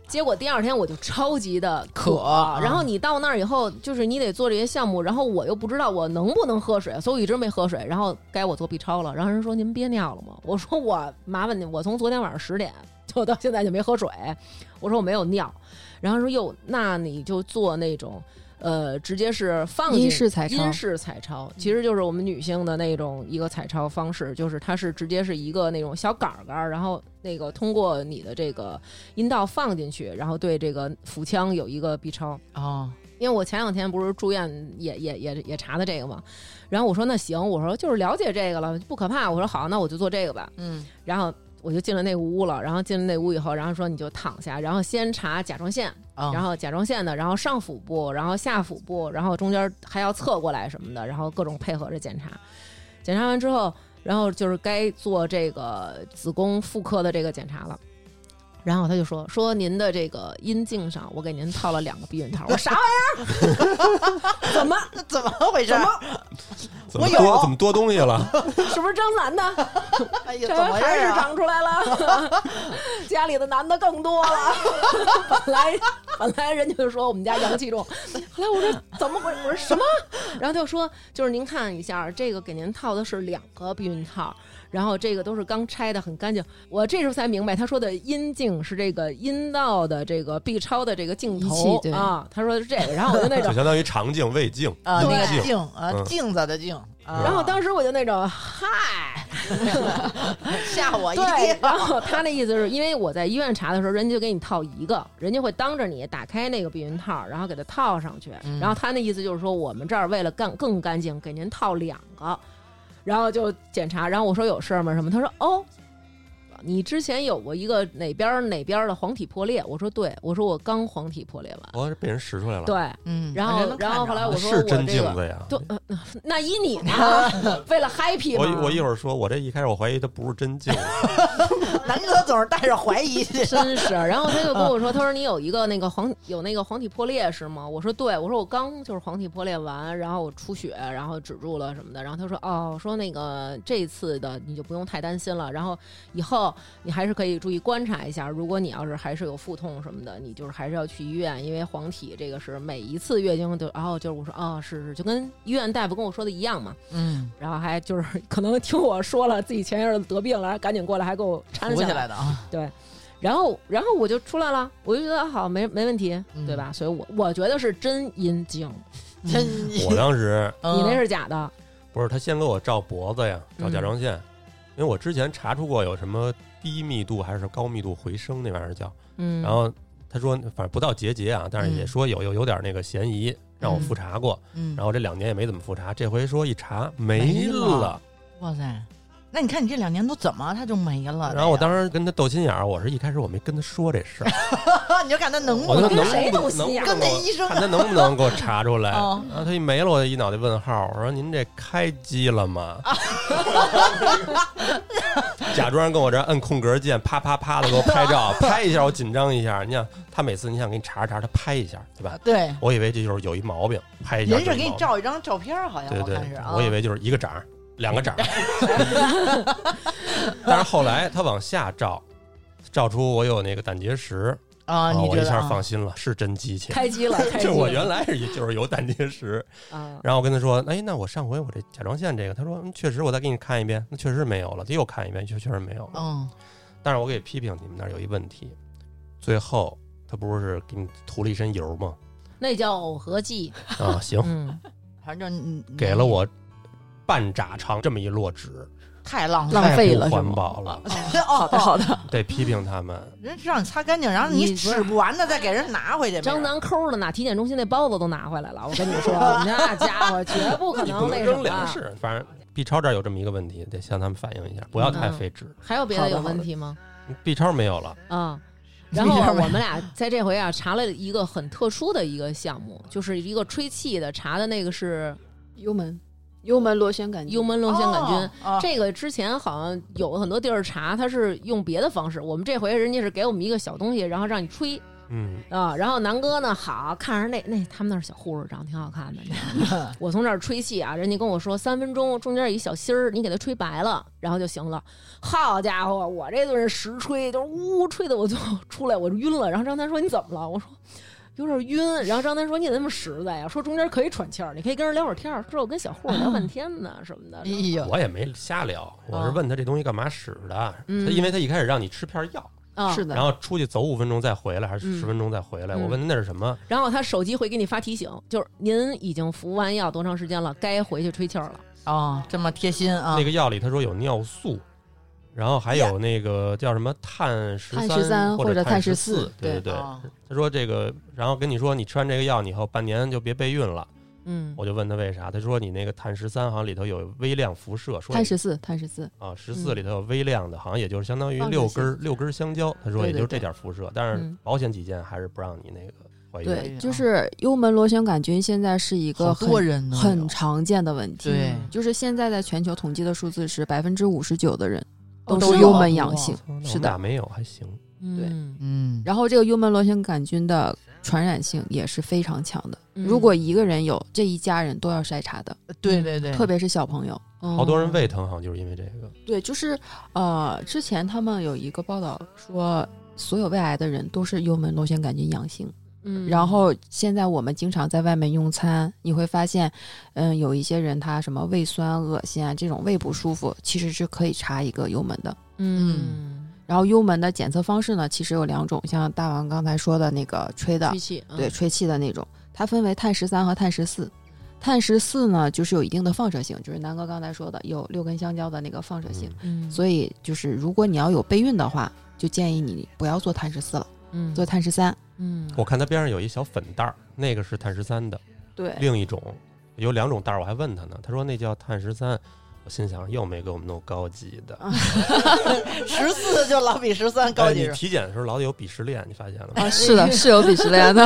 结果第二天我就超级的渴啊然后你到那儿以后，就是你得做这些项目，然后我又不知道我能不能喝水，所以我一直没喝水。然后该我做 B 超了，然后人说您憋尿了吗？我说我麻烦你，我从昨天晚上十点就到现在就没喝水。我说我没有尿，然后说哟，那你就做那种。呃，直接是放进阴式彩超， 阴式彩超其实就是我们女性的那种一个彩超方式，就是它是直接是一个那种小杆杆，然后那个通过你的这个阴道放进去，然后对这个腹腔有一个 B 超哦。 因为我前两天不是住院也也也也查的这个嘛，然后我说那行，我说就是了解这个了，不可怕，我说好，那我就做这个吧， 嗯， 然后。我就进了那屋了，然后进了那屋以后，然后说你就躺下，然后先查甲状腺， 哦、 然后甲状腺的，然后上腹部，然后下腹部，然后中间还要侧过来什么的，然后各种配合着检查。检查完之后，然后就是该做这个子宫妇科的这个检查了。然后他就说说您的这个阴茎上，我给您套了两个避孕套。我说啥玩意儿？怎么怎么回事？ 怎么怎么多怎么多东西了？ 是不是张男的？ 哎呀， 这怎么回事、啊、 还是长出来了？家里的男的更多了。本来本来人家就说我们家阳气重，后来我说怎么回事？我说什么？然后他就说就是您看一下，这个给您套的是两个避孕套。然后这个都是刚拆的很干净，我这时候才明白他说的阴茎是这个阴道的这个 B 超的这个镜头啊，他说的是这个，然后我就那种就相当于肠镜、胃镜啊，那个镜啊，嗯、镜子的镜、啊， 然后当时我就那种嗨， 吓我一跳。 然后他那意思是因为我在医院查的时候，人家就给你套一个，人家会当着你打开那个避孕套，然后给它套上去，嗯、然后他那意思就是说我们这儿为了干更干净，给您套两个。然后就检查，然后我说有事吗？什么？他说哦，你之前有过一个哪边哪边的黄体破裂？我说对，我说我刚黄体破裂完， 我被人拾出来了。 对， 嗯， 然后然后后来我说我是真镜这个子呀， 对、呃，那依你呢？为了 happy 吗？ 我我一会儿说，我这一开始我怀疑它不是真镜子。 南哥总是带着怀疑去， 真是。然后他就跟我说，他说你有一个那个黄有那个黄体破裂是吗？我说对，我说我刚就是黄体破裂完，然后我出血，然后止住了什么的。然后他说哦，说那个这次的你就不用太担心了，然后以后你还是可以注意观察一下，如果你要是还是有腹痛什么的，你就是还是要去医院，因为黄体这个是每一次月经就然后、哦、就是我说哦是是，就跟医院大夫跟我说的一样嘛，嗯，然后还就是可能听我说了自己前一阵得病了，赶紧过来还给我搀扶起来的啊， 对。然后，然后我就出来了，我就觉得好，没没问题，嗯、对吧？所以我我觉得是真阴茎， 真阴。 我当时你那是假的， 不是他先给我照脖子呀，照甲状腺，嗯、因为我之前查出过有什么低密度还是高密度回声那玩意儿叫，嗯，然后他说反正不到结节啊，但是也说有有有点那个嫌疑，让我复查过，嗯，然后这两年也没怎么复查，这回说一查没了， 哇塞！那你看你这两年都怎么他就没了？ 然后我当时跟他斗心眼儿，我是一开始我没跟他说这事儿， 你就看他能不能跟谁斗心眼儿， 跟那医生看他能不能给我查出来。哦、然后他一没了，我一脑袋问号，我说您这开机了吗？假装跟我这摁空格键，啪啪啪的给我拍照，拍一下我紧张一下。你想他每次你想给你查查，他拍一下，对吧？ 对， 我以为这就是有一毛病，拍一下。 人是给你照一张照片，好像对对， 我看是啊， 我以为就是一个掌。两个掌，但是后来他往下照，照出我有那个胆结石啊，你我一下放心了，是真机器， 开机了。 就我原来是就是有胆结石啊，然后我跟他说，哎，那我上回我这甲状腺这个，他说、嗯、确实，我再给你看一遍，那确实没有了，他又看一遍，确确实没有了。嗯，但是我给批评你们那儿有一问题，最后他不是给你涂了一身油吗？ 那叫耦合剂啊，行， 嗯，反正给了我。半拃长这么一摞纸， 太浪浪费了， 环保了。 好的好的， 得批评他们。 人让你擦干净，然后你使不完的再给人拿回去。 张南抠的拿体检中心那包子都拿回来了，我跟你说，那家伙绝不可能那什么。 两是，反正 B 超这儿有这么一个问题，得向他们反映一下，不要太费纸。 嗯、还有别的有问题吗 ？B 超没有了。 嗯。然后我们俩在这回啊查了一个很特殊的一个项目，就是一个吹气的，查的那个是幽门。幽门螺旋杆菌， 幽门螺旋杆菌、 哦哦， 这个之前好像有很多地儿查，它是用别的方式。我们这回人家是给我们一个小东西，然后让你吹， 嗯啊，然后南哥呢，好看着那那他们那儿小护士长得挺好看的，我从这儿吹气啊，人家跟我说三分钟中间有一小芯儿，你给它吹白了，然后就行了。好家伙，我这顿实吹，就是呜吹的我就出来，我就晕了。然后张丹说你怎么了？我说有点晕。然后张丹说你怎么那么实在呀？说中间可以喘气儿，你可以跟人聊会儿天儿。说我跟小护士聊半天呢什么的。 哎呦， 我也没瞎聊，我是问他这东西干嘛使的， 嗯他因为他一开始让你吃片药。 啊， 是的， 然后出去走五分钟再回来，还是嗯十分钟再回来？ 嗯我问他那是什么？ 然后他手机会给你发提醒，就是您已经服完药多长时间了，该回去吹气儿了。 哦，这么贴心啊！ 那个药里他说有尿素，然后还有那个叫什么碳十碳十三或或者碳十十四对对对。 哦他说这个，然后跟你说你吃完这个药你以后半年就别备孕了。 嗯， 我就问他为啥，他说你那个碳十三好像里头有微量辐射，说碳十四，碳十四啊十四里头有微量的，好像也就是相当于放射六性根六根香蕉。他说对对也就是这对点辐射，但是嗯保险起见还是不让你那个怀孕。 对， 啊就是幽门螺旋杆菌现在是一个好多很人都有很常见的问题。 对就是现在在全球统计的数字是百分之五十九的人哦都是幽是吗门阳性。 那我们是的俩没有还行。 对嗯嗯， 然后这个幽门螺旋杆菌的传染性也是非常强的， 嗯如果一个人有，这一家人都要筛查的， 对对对， 特别是小朋友。 好多人胃疼，好像就是因为这个。 对，就是呃，之前他们有一个报道说，所有胃癌的人都是幽门螺旋杆菌阳性。 嗯， 然后现在我们经常在外面用餐，你会发现，嗯，有一些人他什么胃酸、恶心啊，这种胃不舒服，其实是可以查一个幽门的。 嗯， 然后幽门的检测方式呢，其实有两种，像大王刚才说的那个吹的， 吹气，嗯对，吹气的那种，它分为碳十三和碳十四。碳十四呢，就是有一定的放射性，就是南哥刚才说的，有六根香蕉的那个放射性。 嗯， 所以就是如果你要有备孕的话，就建议你不要做碳十四了， 嗯做碳十三。 嗯， 我看它边上有一小粉袋儿，那个是碳十三的， 对， 另一种有两种袋儿，我还问他呢，他说那叫碳十三。我心想又没给我们弄高级的， 十四就老比十三高哎，你级是吧。 体检的时候老得有鄙视链，你发现了吗？ 啊，是的，是有鄙视链的。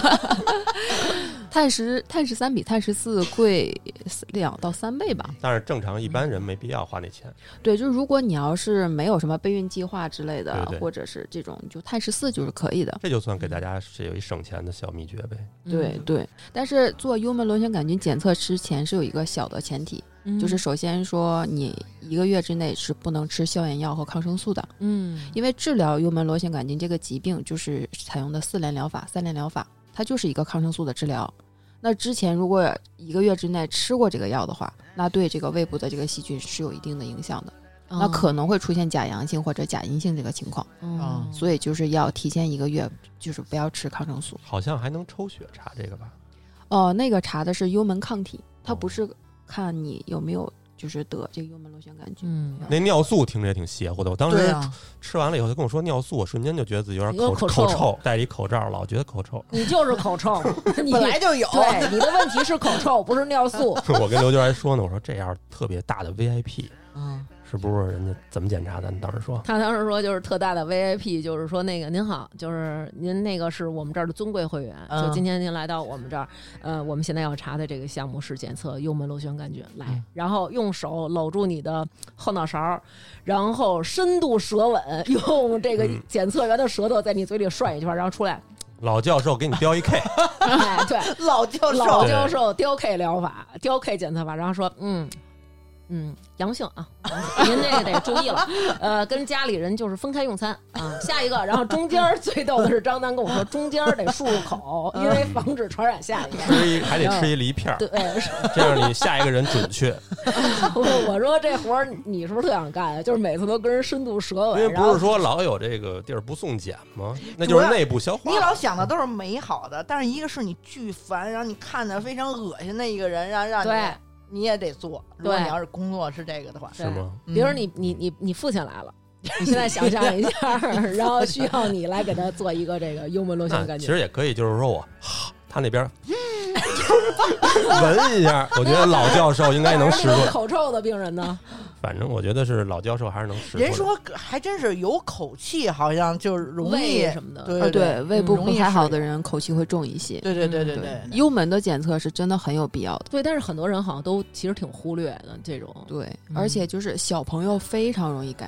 碳十碳十三比碳十四贵两到三倍吧。 但是正常一般人没必要花那钱。 对，就是如果你要是没有什么备孕计划之类的， 对对或者是这种，就碳十四就是可以的。 这就算给大家是有一省钱的小秘诀呗。 对对，但是做幽门螺旋杆菌检测之前是有一个小的前提， 嗯就是首先说你一个月之内是不能吃消炎药和抗生素的， 嗯， 因为治疗幽门螺旋杆菌这个疾病就是采用的四联疗法、三联疗法，它就是一个抗生素的治疗。那之前如果一个月之内吃过这个药的话，那对这个胃部的这个细菌是有一定的影响的，那可能会出现假阳性或者假阴性这个情况， 哦， 所以就是要提前一个月，就是不要吃抗生素。 好像还能抽血查这个吧？ 哦，那个查的是幽门抗体，它哦不是看你有没有就是得这个幽门螺旋杆菌。 嗯， 那尿素听着也挺邪乎的，我当时对啊， 吃完了以后，他跟我说尿素，我瞬间就觉得自己有点有口口臭臭，戴着一口罩，老觉得口臭。 你就是口臭，你本来就有。 对你的问题是口臭，不是尿素。 我跟刘娟还说呢，我说这样特别大的 V I P， 嗯， 是不是人家怎么检查的？你当时说他当时说就是特大的 V I P，就是说那个您好，就是您那个是我们这儿的尊贵会员， 嗯就今天您来到我们这儿，呃，我们现在要查的这个项目是检测幽门螺旋杆菌，来， 嗯然后用手搂住你的后脑勺，然后深度舌吻，用这个嗯检测员的舌头在你嘴里涮一圈，然后出来， 老教授给你标一 K， 哎，对， 老教授， 老教授雕 K 疗法，雕 K 检测法，然后说，嗯嗯，阳性啊，您这个得注意了，呃，跟家里人就是分开用餐啊。下一个，然后中间儿最逗的是张丹跟我说，中间儿得漱漱口，因为防止传染下一个。 吃一还得吃一梨片儿， 对，是这样你下一个人准确。 我我说这活儿你是不是特想干啊？就是每次都跟人深度舌吻， 因为然后不是说老有这个地儿不送检吗？那就是内部消化。 你老想的都是美好的，但是一个是你巨烦，让你看着非常恶心的一个人，让让对你你也得做。如果对你要是工作是这个的话， 是吗？ 嗯比如说你你你你父亲来了。你现在想象一下，然后需要你来给他做一个这个幽门螺旋那杆菌。 其实也可以，就是说我他那边闻一下，我觉得老教授应该能使有出来。 口臭的病人呢？ 反正我觉得是老教授还是能使出来。 人说还真是有口气，好像就是容易胃什么的呃， 对对对，胃部容易不太好是的人口气会重一些。 对对对对对对， 幽门的检测是真的很有必要的。 对，但是很多人好像都其实挺忽略的这种。 对， 嗯而且就是小朋友非常容易感染。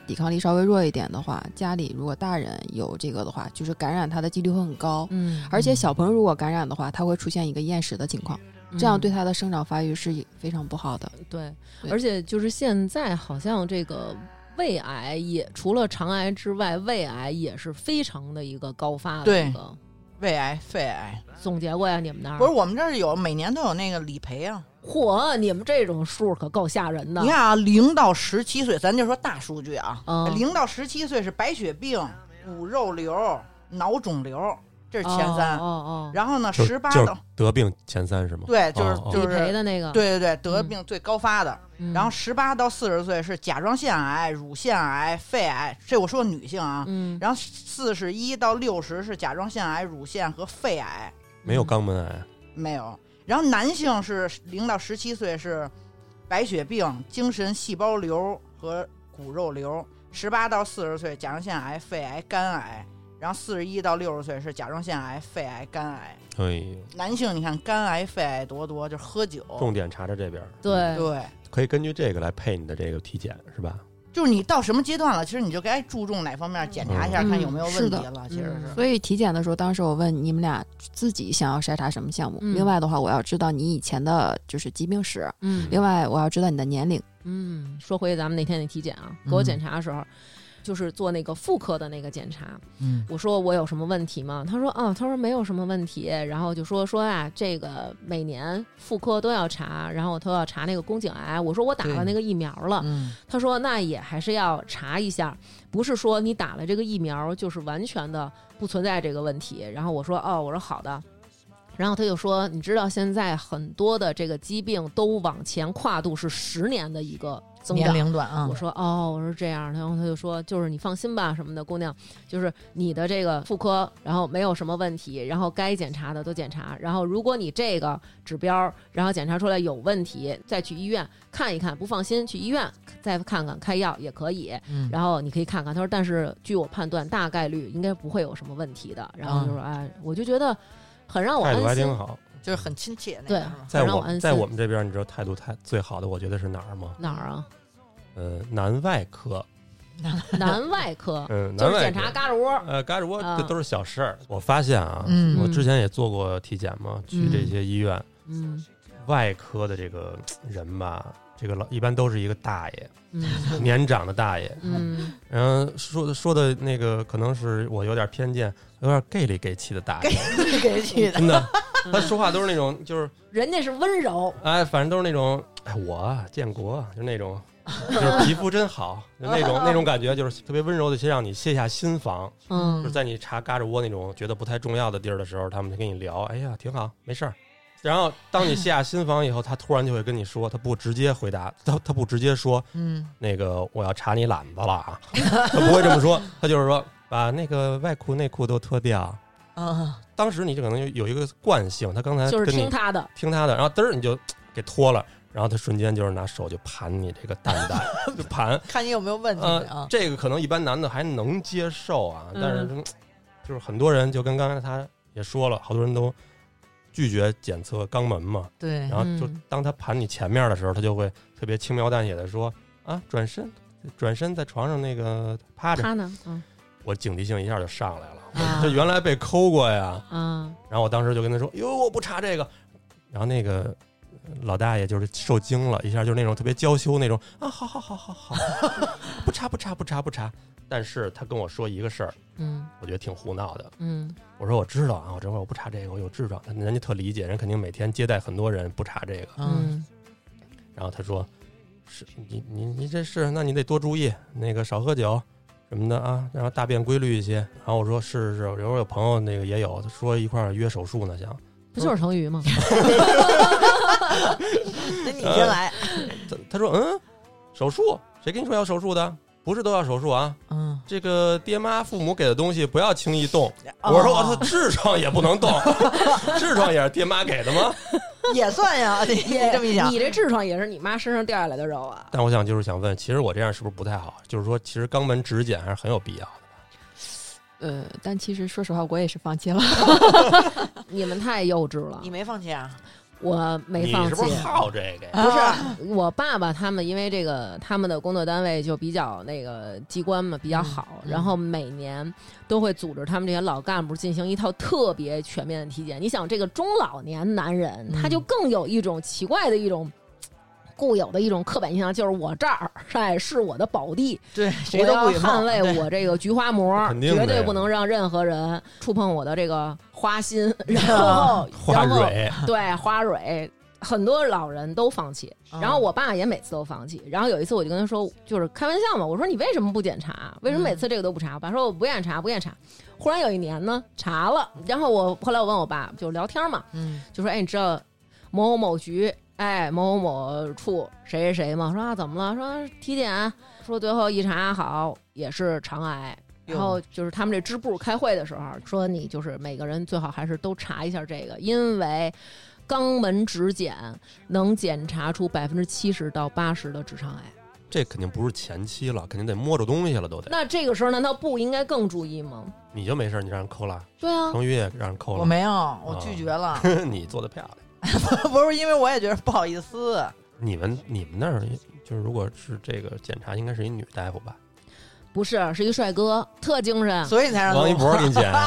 抵抗力稍微弱一点的话，家里如果大人有这个的话，就是感染它的几率会很高。 嗯， 而且小朋友如果感染的话，他会出现一个厌食的情况， 嗯、 这样对他的生长发育是非常不好的。 对， 对而且就是现在好像这个胃癌也除了肠癌之外，胃癌也是非常的一个高发的一个。 胃癌、肺癌总结过呀？你们那儿不是？我们这儿有每年都有那个理赔啊。 嚯，你们这种数可够吓人的。 你看啊，零到十七岁，咱就说大数据啊， 嗯、 零到十七岁是白血病、骨肉瘤、脑肿瘤，这是前三。 哦哦。 然后呢， 就十八到得病前三是吗？ 对，就是、 哦、 就是理赔的那个。 对对对，得病最高发的。 嗯、 然后十八到四十岁是甲状腺癌、乳腺癌、肺癌，这我说女性啊。 嗯。 然后四十一到六十是甲状腺癌、乳腺和肺癌。 没有肛门癌？ 没有。然后男性是零到十七岁是白血病、精神细胞瘤和骨肉瘤，十八到四十岁甲状腺癌、肺癌、肝癌，然后四十一到六十岁是甲状腺癌、肺癌、肝癌。 哎呦， 男性你看肝癌、肺癌多多，就是喝酒。 重点查查这边。 对对， 可以根据这个来配你的这个体检，是吧？ 就是你到什么阶段了，其实你就该注重哪方面检查一下， 嗯、 看有没有问题了。 嗯、 其实是。 所以体检的时候，当时我问你们俩自己想要筛查什么项目。 嗯、 另外的话，我要知道你以前的就是疾病史。 嗯。 另外，我要知道你的年龄。 嗯。说回咱们那天那体检啊，给我检查的时候。嗯，就是做那个妇科的那个检查， 嗯， 我说我有什么问题吗？他说啊，他说没有什么问题，然后就说说啊，这个每年妇科都要查，然后都要查那个宫颈癌。我说我打了那个疫苗了， 嗯， 他说那也还是要查一下，不是说你打了这个疫苗就是完全的不存在这个问题。然后我说哦，我说好的。然后他就说，你知道现在很多的这个疾病都往前跨度是十年的一个增长， 年龄段啊。 我说哦，我说这样，然后他就说，就是你放心吧，什么的，姑娘，就是你的这个妇科，然后没有什么问题，然后该检查的都检查，然后如果你这个指标，然后检查出来有问题，再去医院看一看，不放心去医院再看看，开药也可以。 嗯， 然后你可以看看，他说，但是据我判断，大概率应该不会有什么问题的。然后就说，哎，我就觉得。很让我安心， 态度还挺好， 就是很亲切。 对， 在我在我们这边，你知道态度太最好的，我觉得是哪儿吗？ 哪儿啊？ 呃，男外科， 男外科， 嗯， 就是检查嘎吱窝， 呃，嘎吱窝这都是小事儿。我发现啊， 嗯， 我之前也做过体检嘛，去这些医院， 嗯， 外科的这个人吧，这个老一般都是一个大爷， 嗯， 年长的大爷， 嗯， 然后说的说的那个可能是我有点偏见，有点 gay 里 gay 气的大爷， gay 里气的， 真的，他说话都是那种就是人家是温柔， 哎，反正都是那种，哎，我建国就那种。就是皮肤真好，就那种那种感觉，就是特别温柔的，先让你卸下心防。 嗯， 就是在你查嘎吱窝那种觉得不太重要的地儿的时候，他们就跟你聊，哎呀，挺好，没事儿。然后当你卸下心防以后，他突然就会跟你说，他不直接回答，他他不直接说， 嗯， 那个我要查你懒子了啊，他不会这么说，他就是说把那个外裤内裤都脱掉。 啊， 当时你就可能有一个惯性，他刚才就是听他的， 听他的，然后嘚儿你就给脱了。然后他瞬间就是拿手就盘你这个蛋蛋，就盘， 看你有没有问题啊、 呃。这个可能一般男的还能接受啊， 嗯、 但是就是很多人就跟刚才他也说了，好多人都拒绝检测肛门嘛。 对。 然后就当他盘你前面的时候，他就会特别轻描淡写的说啊，转身，转身在床上那个趴着。 他呢？嗯。 我警惕性一下就上来了，啊、这原来被抠过呀。 嗯。 然后我当时就跟他说，哟，我不查这个。然后那个。老大爷就是受惊了一下，就是那种特别娇羞那种啊，好好好好好，不查不查不查不查。但是他跟我说一个事儿， 嗯， 我觉得挺胡闹的， 嗯， 我说我知道啊，我这会儿我不查这个，我有痔疮，人家特理解，人肯定每天接待很多人，不查这个， 嗯。 然后他说，是你你你这是，那你得多注意，那个少喝酒什么的啊，然后大便规律一些。然后我说是是是，有时候有朋友那个也有，他说一块儿约手术呢，想。 不就是成语吗？ 那你先来。 呃、他, 他说：“嗯，手术？谁跟你说要手术的？不是都要手术啊？嗯，这个爹妈父母给的东西不要轻易动。哦”我说：“我操，痔疮也不能动，痔疮也是爹妈给的吗？ 也算呀，你你这么一想， 你这痔疮也是你妈身上掉下来的肉啊。” 但我想就是想问，其实我这样是不是不太好？就是说，其实肛门指检还是很有必要的。 呃，但其实说实话，我也是放弃了。 你们太幼稚了。 你没放弃啊？ 我没放弃。 你是不是好这个呀？ 不是我爸爸他们，因为这个他们的工作单位就比较那个机关嘛比较好， 嗯、 然后每年都会组织他们这些老干部进行一套特别全面的体检。你想，这个中老年男人， 嗯、 他就更有一种奇怪的一种。固有的一种刻板印象就是我这儿哎是我的宝地， 对，谁都不我要捍卫我这个菊花膜，绝对不能让任何人触碰我的这个花心，然后花蕊， 对花蕊，很多老人都放弃，然后我爸也每次都放弃。然后有一次我就跟他说，就是开玩笑嘛，我说你为什么不检查？为什么每次这个都不查？我爸说我不愿查，不愿查。忽然有一年呢，查了，然后我后来我问我爸，就聊天嘛，嗯，就说哎，你知道某某某局？哎，某某某处谁谁谁嘛？说啊，怎么了？说体检，说最后一查好也是肠癌。然后就是他们这支部开会的时候说，你就是每个人最好还是都查一下这个，因为肛门指检能检查出百分之七十到八十的直肠癌。 这肯定不是前期了，肯定得摸着东西了都得。 那这个时候难道不应该更注意吗？ 你就没事，你让人抠了？ 对啊， 成宇也让人抠了。 我没有，我拒绝了。 哦、你做的漂亮。 不是因为我也觉得不好意思。 你们你们那儿就是如果是这个检查，应该是一女大夫吧？ 不是，是一帅哥，特精神， 所以才让王一博给你检。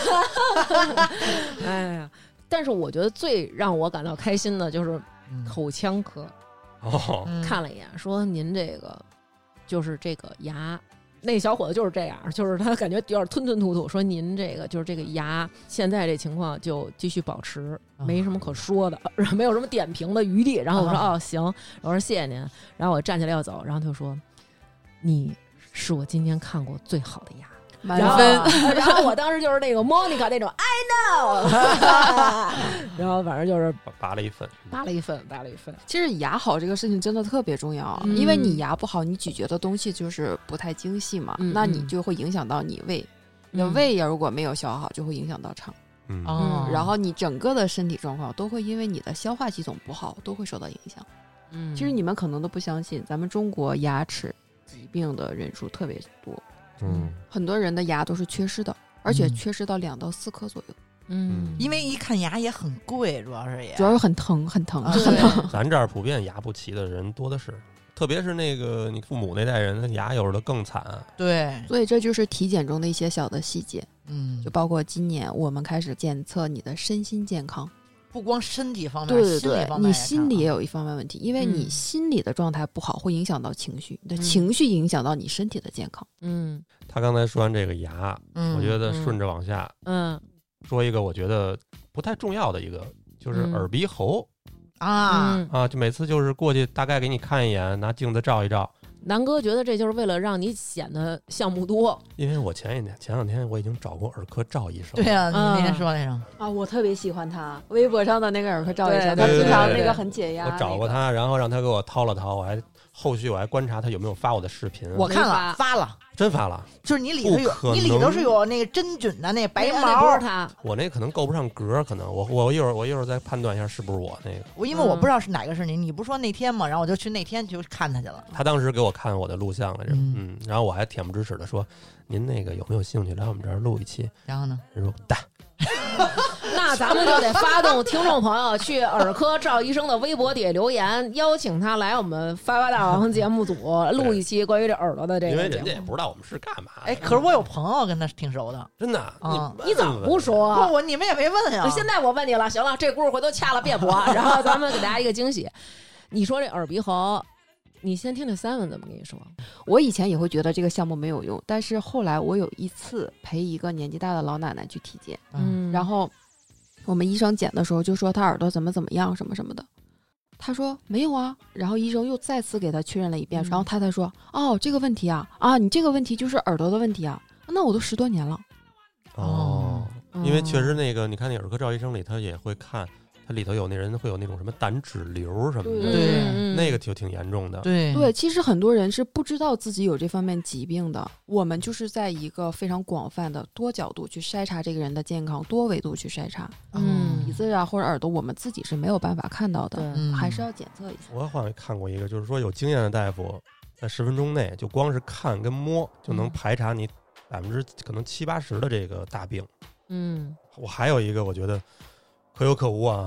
哎呀，但是我觉得最让我感到开心的就是口腔科。 哦、 嗯，看了一眼，说您这个就是这个牙。那小伙子就是这样，就是他感觉有点吞吞吐吐，说您这个就是这个牙现在这情况就继续保持，没什么可说的，没有什么点评的余地。然后我说哦行，我说谢谢您。然后我站起来要走，然后他就说你是我今天看过最好的牙， 满分。 然后我当时就是那个 Monica 那种 I know 然后反正就是拔了一份拔了一份拔了一份。 其实牙好这个事情真的特别重要、嗯、因为你牙不好，你咀嚼的东西就是不太精细嘛、嗯、那你就会影响到你胃、嗯、你的胃要如果没有消好就会影响到肠， 嗯， 嗯然后你整个的身体状况都会因为你的消化系统不好都会受到影响。嗯，其实你们可能都不相信，咱们中国牙齿疾病的人数特别多， 嗯， 很多人的牙都是缺失的，而且缺失到两到四颗左右。 嗯， 因为一看牙也很贵，主要是也主要是很疼很疼、啊、 很疼。 咱这儿普遍牙不齐的人多的是，特别是那个你父母那代人，牙有的更惨。 对， 所以这就是体检中的一些小的细节。 嗯， 就包括今年我们开始检测你的身心健康， 不光身体方面， 对对对， 心理方面你心理也有一方面问题，因为你心理的状态不好，会影响到情绪，你的情绪影响到你身体的健康。 嗯， 他刚才说完这个牙，嗯、我觉得顺着往下， 嗯， 说一个我觉得不太重要的一个，就是耳鼻喉、 嗯、啊、 嗯、 啊，就每次就是过去大概给你看一眼，拿镜子照一照。 南哥觉得这就是为了让你显得项目多， 因为我前一天前两天我已经找过耳科赵医生。 对啊，你那天说那个、嗯、 啊，我特别喜欢他微博上的那个耳科赵医生，他经常那个很解压、那个。 我找过他，然后让他给我掏了掏，我还后续我还观察他有没有发我的视频。 我看了，发了。 真发了， 就是你里头有，你里头是有那个真菌的那白毛。 不是他， 我那可能够不上格，可能我我一会儿我一会儿再判断一下是不是我那个。 我因为我不知道是哪个是你，你不说那天嘛，然后我就去那天就看他去了。 他当时给我看我的录像来着，嗯, 嗯，然后我还恬不知耻的说，您那个有没有兴趣来我们这儿录一期？ 然后呢， 人说大。 那咱们就得发动听众朋友去耳科赵医生的微博底下留言，邀请他来我们发发大王节目组录一期关于这耳朵的这个。 因为人家也不知道我们是干嘛。 哎，可是我有朋友跟他挺熟的， 真的。 嗯、 你怎么不说？ 不，我你们也没问呀。 现在我问你了，行了，这轱辘回头掐了别播，然后咱们给大家一个惊喜。你说这耳鼻喉。你先听听 Simon 怎么跟你说。 我以前也会觉得这个项目没有用，但是后来我有一次陪一个年纪大的老奶奶去体检， 嗯， 然后我们医生检的时候就说她耳朵怎么怎么样什么什么的，她说没有啊，然后医生又再次给她确认了一遍，嗯、然后她才说哦这个问题啊啊你这个问题就是耳朵的问题啊，那我都十多年了。 哦，嗯、因为确实那个你看那耳科赵医生里他也会看。它里头有那人会有那种什么胆脂瘤什么的， 对， 那个就挺严重的。 对对，其实很多人是不知道自己有这方面疾病的。我们就是在一个非常广泛的多角度去筛查这个人的健康，多维度去筛查。 嗯， 鼻子啊或者耳朵，我们自己是没有办法看到的， 嗯、 还是要检测一下。 我好像看过一个，就是说有经验的大夫在十分钟内就光是看跟摸就能排查你百分之可能七八十的这个大病。 嗯， 我还有一个我觉得可有可无啊。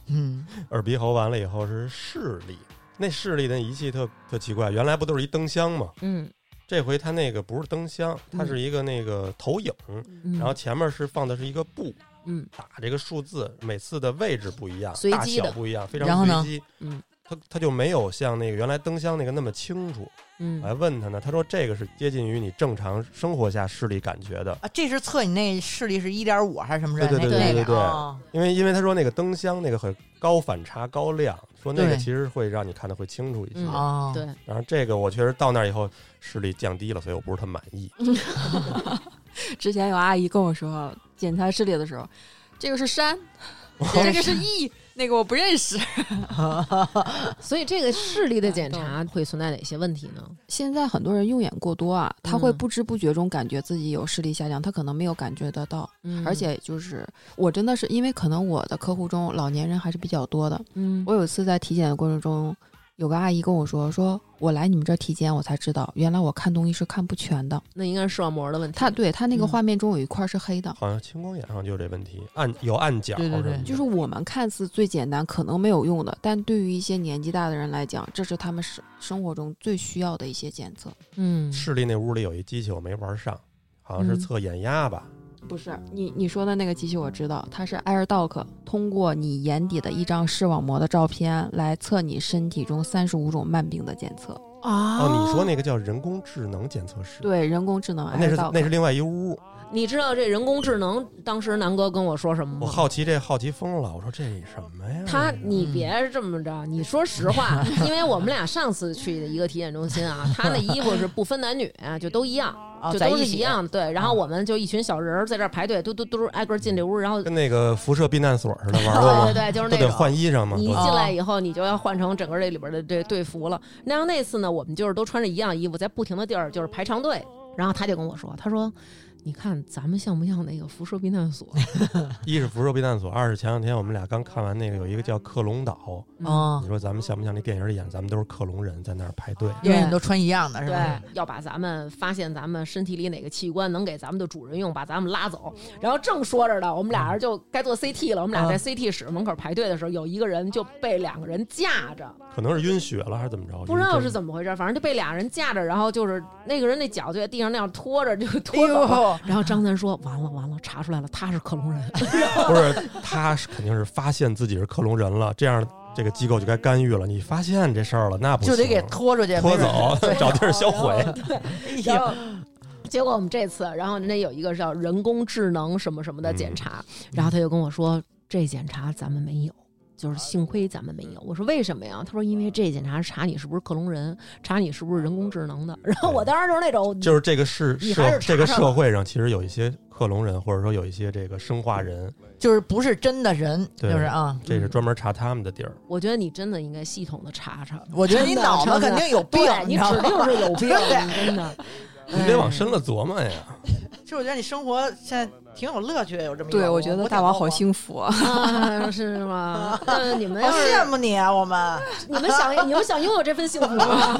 嗯， 耳鼻喉完了以后是视力，那视力的仪器特特奇怪，原来不都是一灯箱吗？ 嗯， 这回它那个不是灯箱，它是一个那个投影， 嗯、 然后前面是放的是一个布， 嗯， 打这个数字，每次的位置不一样， 随机的大小不一样，非常随机。 嗯， 它它就没有像那个原来灯箱那个那么清楚。 嗯， 我还问他呢，他说这个是接近于你正常生活下视力感觉的啊。这是测你那视力是一点五还是什么？ 对对对对对对。 哦、 因为因为他说那个灯箱那个很高反差高亮，说那个其实会让你看得会清楚一些。 哦、嗯，对。 然后这个我确实到那以后视力降低了，所以我不是特满意。 之前有阿姨跟我说检查视力的时候，这个是山，这个是义。那个我不认识， 所以这个视力的检查会存在哪些问题呢？ 现在很多人用眼过多啊，他会不知不觉中感觉自己有视力下降，他可能没有感觉得到。嗯，而且就是我真的是因为可能我的客户中老年人还是比较多的。嗯，我有一次在体检的过程中，有个阿姨跟我说，说我来你们这儿体检，我才知道原来我看东西是看不全的。 那应该是视网膜的问题。 他对他那个画面中有一块是黑的， 嗯、好像青光眼上就有这问题，暗有暗角。 对对对， 就是我们看似最简单可能没有用的，但对于一些年纪大的人来讲，这是他们生生活中最需要的一些检测。 嗯， 视力那屋里有一机器我没玩上，好像是测眼压吧。 嗯不是你你说的那个机器我知道，它是 AirDoc 通过你眼底的一张视网膜的照片来测你身体中三十五种慢病的检测。 哦， 哦，你说那个叫人工智能检测室？ 对，人工智能 AirDoc、 啊、那是那是另外一屋。 你知道这人工智能当时南哥跟我说什么吗？ 我好奇这好奇疯了，我说这什么呀？ 他你别这么着，你说实话，因为我们俩上次去的一个体检中心啊，他那衣服是不分男女，就都一样。就都是一样，对。然后我们就一群小人在这排队，嘟嘟嘟挨个进这屋，然后跟那个辐射避难所似的玩过吗？ 对对对，就是那种得换衣裳嘛。 你一进来以后，你就要换成整个这里边的这队服了。然后那次呢，我们就是都穿着一样衣服，在不停的地儿就是排长队。然后他就跟我说，他说。你看咱们像不像那个辐射避难所？ 一是辐射避难所，二是前两天我们俩刚看完那个有一个叫克隆岛。 哦、 嗯，你说咱们像不像那电影里演？咱们都是克隆人在那儿排队， 因为你都穿一样的，是吧？ 对，要把咱们发现咱们身体里哪个器官能给咱们的主人用，把咱们拉走。然后正说着呢，我们俩人就该做 C T 了。我们俩在 C T 室门口排队的时候，有一个人就被两个人架着， 可能是晕血了还是怎么着？ 不知道是怎么回事，反正就被俩人架着，然后就是那个人那脚就在地上那样拖着，就拖走。哎、然后张三说。完了完了，查出来了，他是克隆人。 不是，他是肯定是发现自己是克隆人了，这样这个机构就该干预了。你发现这事儿了，那不行就得给拖出去， 拖走，找地儿销毁。 对，然后结果我们这次，然后那有一个叫人工智能什么什么的检查，嗯、然后他就跟我说，这检查咱们没有。就是幸亏咱们没有。我说为什么呀？他说因为这检查查你是不是克隆人，查你是不是人工智能的。然后我当时就是那种， 就是这个是社这个社会上其实有一些克隆人，或者说有一些这个生化人， 就是不是真的人，就是啊， 这是专门查他们的地儿。 我觉得你真的应该系统的查查。 我觉得你脑子肯定有病， 你指定是有病，真的。 你得往深了琢磨呀。 其实我觉得你生活现在挺有乐趣，有这么一个。 对，我觉得大王好幸福啊， 啊是吗？那你们好羡慕你啊，我们。 你们想，你们想拥有这份幸福吗？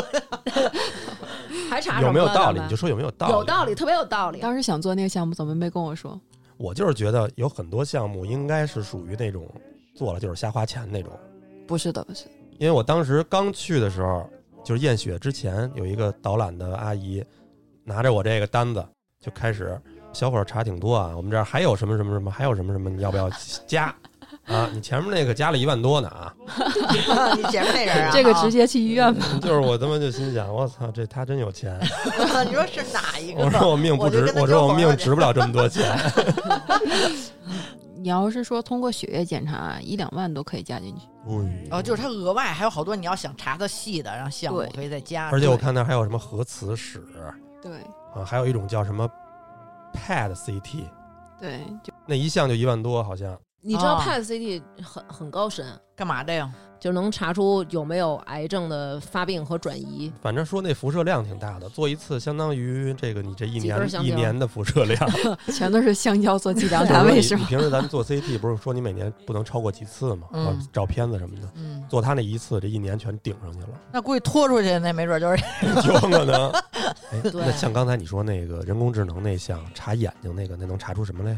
还查什么？ 有没有道理？你就说有没有道理？ 有道理，特别有道理。 当时想做那个项目，怎么没跟我说？ 我就是觉得有很多项目应该是属于那种做了就是瞎花钱那种。 不是的，不是。 因为我当时刚去的时候，就是验血之前，有一个导览的阿姨拿着我这个单子就开始，小伙查挺多啊，我们这儿还有什么什么什么，还有什么什么，你要不要加？啊，你前面那个加了一万多呢啊！ 你前面那人啊， 这个直接去医院吧。 就是我他妈就心想，我操，这他真有钱。 你说是哪一个？ 我说我命不值，我, 我说我命值不了这么多钱。 你要是说通过血液检查，一两万都可以加进去。 哦，就是他额外还有好多你要想查的细的，然后项目可以再加。 而且我看那还有什么核磁室， 对啊，还有一种叫什么 P E T C T， 对，就那一项就一万多，好像。 你知道 P E T C T 很很高深， 干嘛的呀？ 就能查出有没有癌症的发病和转移。 反正说那辐射量挺大的，做一次相当于这个你这一年一年的辐射量， 全都是香蕉做计量单位是吗？ 你平时咱们做 C T 不是说你每年不能超过几次吗？嗯，照片子什么的，嗯，做他那一次，这一年全顶上去了。 那估计拖出去那没准就是有可能。哎，那像刚才你说那个人工智能那项查眼睛那个，那能查出什么来？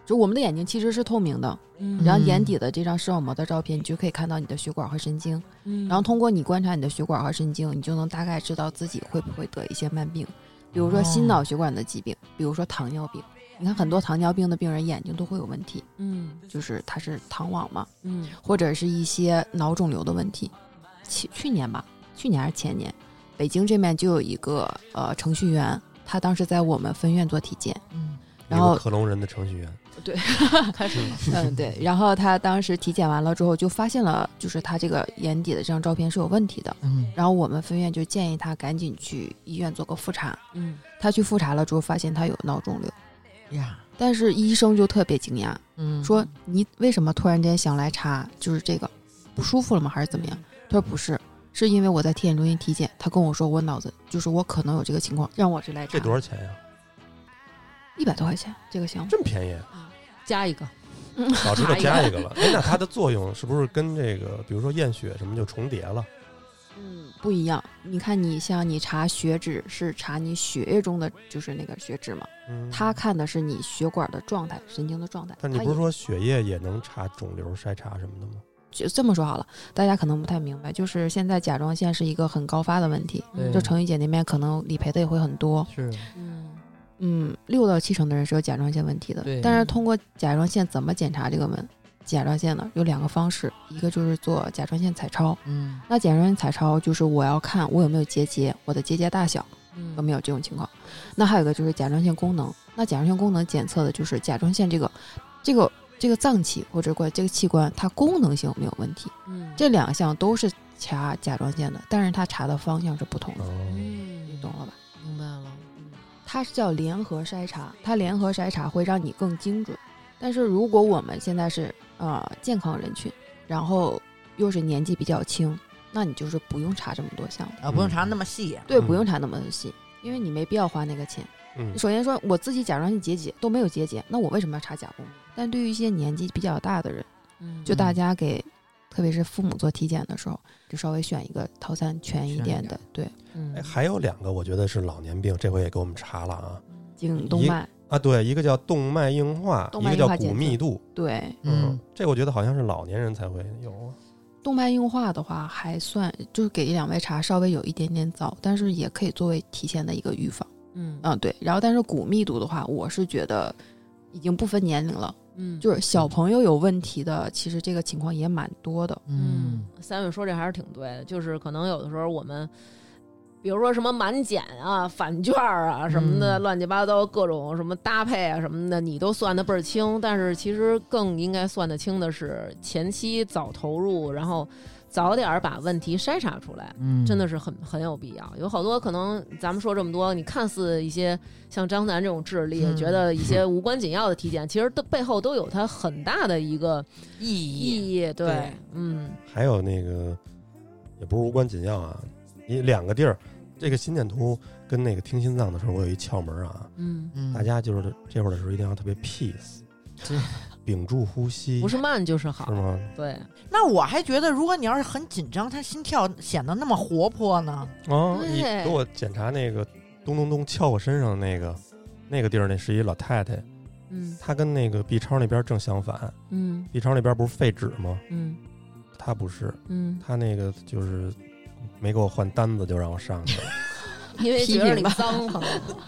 就我们的眼睛其实是透明的， 嗯然后眼底的这张视网膜的照片，你就可以看到你的血管和神经， 嗯然后通过你观察你的血管和神经，你就能大概知道自己会不会得一些慢病，比如说心脑血管的疾病，比如说糖尿病。你看很多糖尿病的病人眼睛都会有问题， 嗯就是它是糖网嘛， 嗯或者是一些脑肿瘤的问题。去去年吧，去年还是前年，北京这边就有一个呃程序员，他当时在我们分院做体检， 嗯， 然后一个克隆人的程序员， 对， 开始嗯对，然后他当时体检完了之后，就发现了就是他这个眼底的这张照片是有问题的， 嗯， 然后我们分院就建议他赶紧去医院做个复查， 嗯他去复查了之后发现他有脑肿瘤。 呀， 但是医生就特别惊讶， 嗯， 说你为什么突然间想来查，就是这个不舒服了吗，还是怎么样？他说不是，是因为我在体检中心体检，他跟我说我脑子就是我可能有这个情况，让我是来查。 这多少钱呀？ 一百多块钱这个项目， 这么便宜， 加一个， 早知道加一个了。哎，那它的作用是不是跟这个，比如说验血什么就重叠了？ 嗯，不一样。你看，你像你查血脂是查你血液中的就是那个血脂嘛， 嗯， 他看的是你血管的状态、神经的状态。 但你不是说血液也能查肿瘤筛查什么的吗？ 就这么说好了，大家可能不太明白，就是现在甲状腺是一个很高发的问题， 对就程宇姐那边可能理赔的也会很多。 是， 嗯嗯，六到七成的人是有甲状腺问题的对， 但是通过甲状腺怎么检查这个问甲状腺呢？有两个方式，一个就是做甲状腺彩超。 嗯那甲状腺彩超就是我要看我有没有结节，我的结节大小嗯有没有这种情况。那还有一个就是甲状腺功能，那甲状腺功能检测的就是甲状腺这个这个这个脏器或者这个器官它功能性有没有问题。 嗯这两项都是查甲状腺的，但是它查的方向是不同的， 哦， 嗯你懂了吧？ 明白了， 它是叫联合筛查，它联合筛查会让你更精准。但是如果我们现在是呃健康人群，然后又是年纪比较轻，那你就是不用查这么多项的， 啊，不用查那么细， 对， 嗯不用查那么细，因为你没必要花那个钱。 嗯， 首先说我自己甲状腺结节都没有结节，那我为什么要查甲功能？但对于一些年纪比较大的人， 嗯就大家给，特别是父母做体检的时候，就稍微选一个套餐全一点的，对， 嗯哎，还有两个我觉得是老年病，这回也给我们查了啊颈动脉， 啊，对，一个叫动脉硬化， 动一个叫骨脉硬化检测密度， 对， 嗯，这个我觉得好像是老年人才会有啊。 动脉硬化的话还算，就是给两位查稍微有一点点早，但是也可以作为提前的一个预防。 嗯嗯，对。然后，但是骨密度的话，我是觉得已经不分年龄了， 嗯就是小朋友有问题的，其实这个情况也蛮多的。 嗯，三位说这还是挺对的，就是可能有的时候我们，比如说什么满减啊、返券啊什么的， 嗯乱七八糟各种什么搭配啊什么的，你都算得倍儿清，但是其实更应该算得清的是前期早投入，然后早点儿把问题筛查出来。 嗯， 真的是很很有必要。有好多可能咱们说这么多，你看似一些像张楠这种智力， 嗯觉得一些无关紧要的体检，其实都背后都有它很大的一个意义， 意义。对， 对嗯还有那个也不是无关紧要啊，一两个地儿，这个心电图跟那个听心脏的时候，我有一窍门啊， 嗯， 嗯， 大家就是这会儿的时候一定要特别 peace， 对屏住呼吸， 不是慢就是好是。吗？ 对， 那我还觉得，如果你要是很紧张，他心跳显得那么活泼呢。 啊， 对你给我检查那个咚咚咚敲我身上那个那个地儿，那是一老太太， 嗯她跟那个 B 超那边正相反嗯 ，B 超那边不是废纸吗？ 嗯她不是， 嗯， 她那个就是没给我换单子就让我上去了。 因为觉得你脏，可能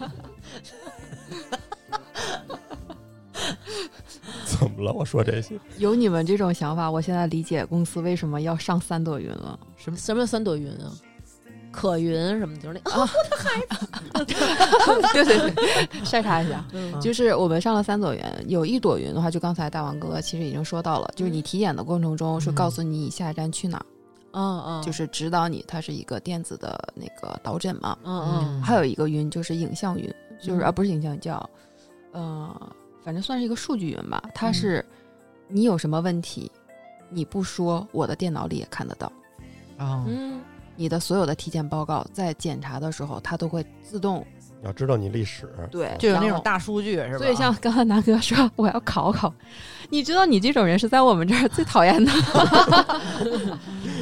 怎么了？我说这些， 有你们这种想法，我现在理解公司为什么要上三朵云了。 什么什么叫三朵云啊？可云什么就是那啊， 对对对，筛查一下。 嗯就是我们上了三朵云，有一朵云的话，就刚才大王哥其实已经说到了，就是你体检的过程中是告诉你下一站去哪儿， 嗯嗯， 就是指导你，它是一个电子的那个导诊嘛。 嗯还有一个云就是影像云，就是嗯啊不是影像叫，呃，反正算是一个数据云吧。它是你有什么问题，你不说，我的电脑里也看得到。 啊， 嗯你的所有的体检报告在检查的时候，它都会自动要知道你历史， 对， 就有那种然后。 大数据是吧？ 所以像刚才南哥说，我要考考，你知道你这种人是在我们这儿最讨厌的。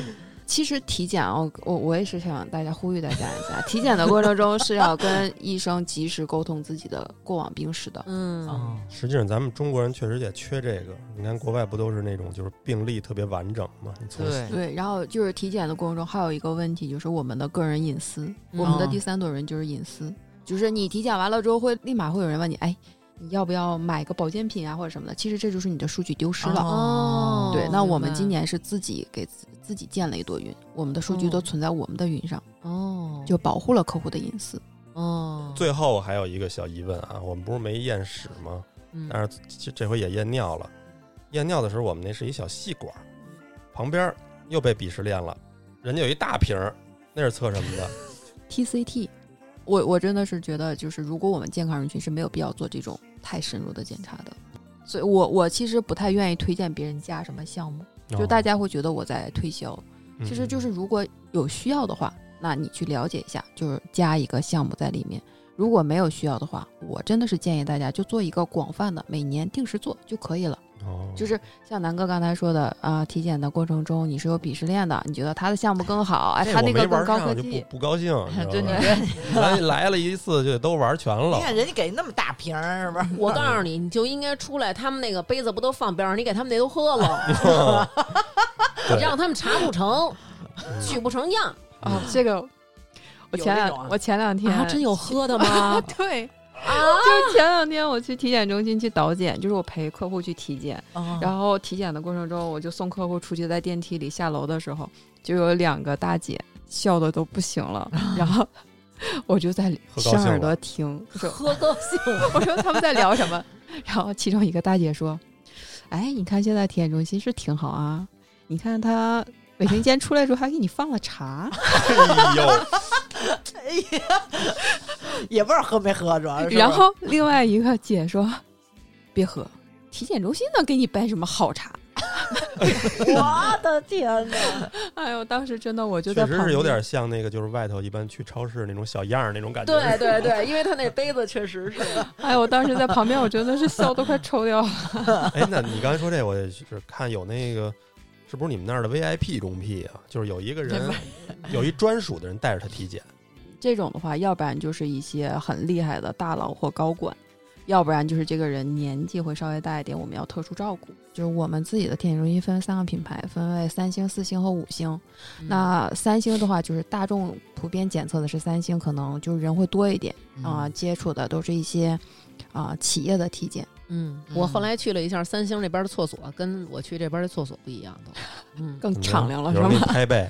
其实体检啊，我我也是想大家呼吁大家一下，体检的过程中是要跟医生及时沟通自己的过往病史的。 嗯、 哦， 实际上咱们中国人确实也缺这个。你看国外不都是那种就是病历特别完整吗？你从对对，然后就是体检的过程中还有一个问题，就是我们的个人隐私， 嗯我们的第三朵人就是隐私，就是你体检完了之后会立马会有人问你，哎，你要不要买个保健品啊或者什么的？其实这就是你的数据丢失了。 哦， 对，那我们明白今年是自己给自自己建了一朵云，我们的数据都存在我们的云上， 哦， 就保护了客户的隐私。 哦， 最后还有一个小疑问啊，我们不是没验屎吗？ 嗯但是这这回也验尿了。验尿的时候，我们那是一小细管，旁边又被鄙视链了。人家有一大瓶儿，那是测什么的 T C T， 我我真的是觉得，就是如果我们健康人群是没有必要做这种太深入的检查的。所以我我其实不太愿意推荐别人加什么项目，就大家会觉得我在推销。 嗯其实就是如果有需要的话，那你去了解一下，就是加一个项目在里面。如果没有需要的话，我真的是建议大家就做一个广泛的，每年定时做就可以了。 哦， 就是像南哥刚才说的啊、呃，体检的过程中你是有鄙视链的，你觉得他的项目更好，哎， 这他那个我没玩更高科上就不技， 不高兴， 对，你你知道吧这来来了一次就得都玩全了你。看人家给那么大瓶儿，是不是？ 我告诉你，你就应该出来，他们那个杯子不都放边上，你给他们那都喝了， 对让他们查不成，取不成样啊、这个我前两、 有这种啊我前两天、 啊！真有喝的吗？ 对， 啊， 就是前两天我去体检中心去导检，就是我陪客户去体检， 啊然后体检的过程中，我就送客户出去，在电梯里下楼的时候，就有两个大姐笑的都不行了，然后我就在喝高兴了上耳朵听，我说喝高兴了。 我说他们在聊什么，然后其中一个大姐说：“哎，你看现在体检中心是挺好啊，你看他卫生间出来之后还给你放了茶。” 哎呦， 哎呀，也不知道喝没喝，主要是。 然后另外一个姐说：“别喝，体检中心能给你备什么好茶？” 我的天哪！ 哎呦，当时真的我就在确旁边实是有点像那个，就是外头一般去超市那种小样儿那种感觉。 对对对，因为他那杯子确实是。 哎，我当时在旁边，我真的是笑都快抽掉了。 哎，那你刚才说这，我也是看有那个，是不是你们那儿的 V I P 中 P 啊？就是有一个人，有一专属的人带着他体检。 这种的话，要不然就是一些很厉害的大佬或高管，要不然就是这个人年纪会稍微大一点，我们要特殊照顾。就是我们自己的体检中心分三个品牌，分为三星、四星和五星。 嗯那三星的话，就是大众普遍检测的是三星，可能就是人会多一点啊、呃，接触的都是一些啊、呃、企业的体检。 嗯，我后来去了一下三星那边的厕所，跟我去这边的厕所不一样都。嗯， 更敞亮了，是有人给你吗？ 拍背，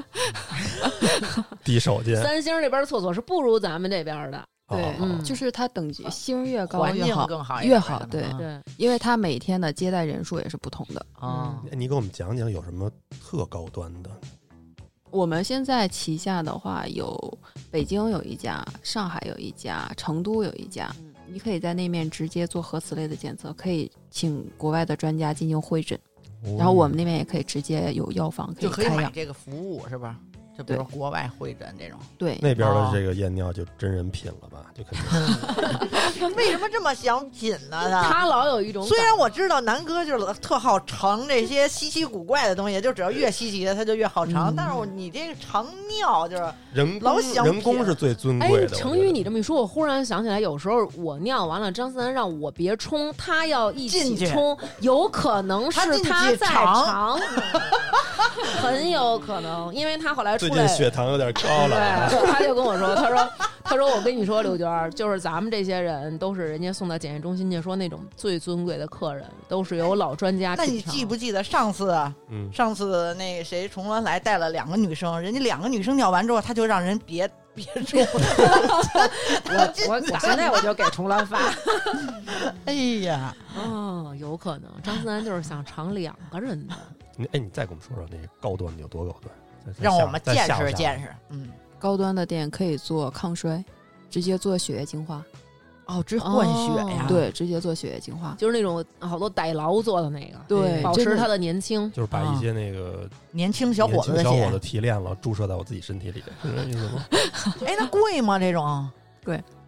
递手巾。 三星那边的厕所是不如咱们这边的。 对， 哦嗯就是它等级星越高环境越好， 更好一点， 越好。对， 嗯对， 因为它每天的接待人数也是不同的。 啊， 哎你给我们讲讲有什么特高端的？ 我们现在旗下的话有北京有一家，上海有一家，成都有一家。 嗯你可以在那面直接做核磁类的检测，可以请国外的专家进行会诊，然后我们那边也可以直接有药房可以就可以开药。 买这个服务是吧？就比如国外会诊这种。 对， 那边的哦这个验尿就真人品了吧？就肯定为什么这么想品呢？他他老有一种虽然我知道南哥就是特好盛这些稀奇古怪的东西，就只要越稀奇的他就越好盛。 嗯但是我你这个盛尿就是人工老想人工是最尊哎贵，的。 成宇，你这么一说，我忽然想起来，有时候我尿完了，张思楠让我别冲，他要一起进去冲，有可能是他进去他在尝尝，很有可能，因为他后来出最来， 近血糖有点高了啊。 对，他就跟我说，他说，他说我跟你说，刘娟儿，就是咱们这些人都是人家送到检验中心去，说那种最尊贵的客人，都是由老专家那品尝。 你记不记得上次啊？ 嗯， 上次那个谁崇鸾来带了两个女生，人家两个女生尿完之后，他就让人别别冲。 我我我现在我就给重峦发。 哎呀， 哦，有可能张思楠就是想尝两个人的。 你哎，你再给我们说说那个高端的有多高端？再再让我吓们见再吓唬吓唬识见识。嗯， 高端的店可以做抗衰，直接做血液净化。 哦，这换血呀？ 啊对，直接做血液净化。 就是那种好多逮牢做的那个， 对，真的保持他的年轻。 就是把一些那个年轻小伙子的血年轻小伙子。提炼了，注射到我自己身体里，是这意思吗？ 哎，那贵吗？这种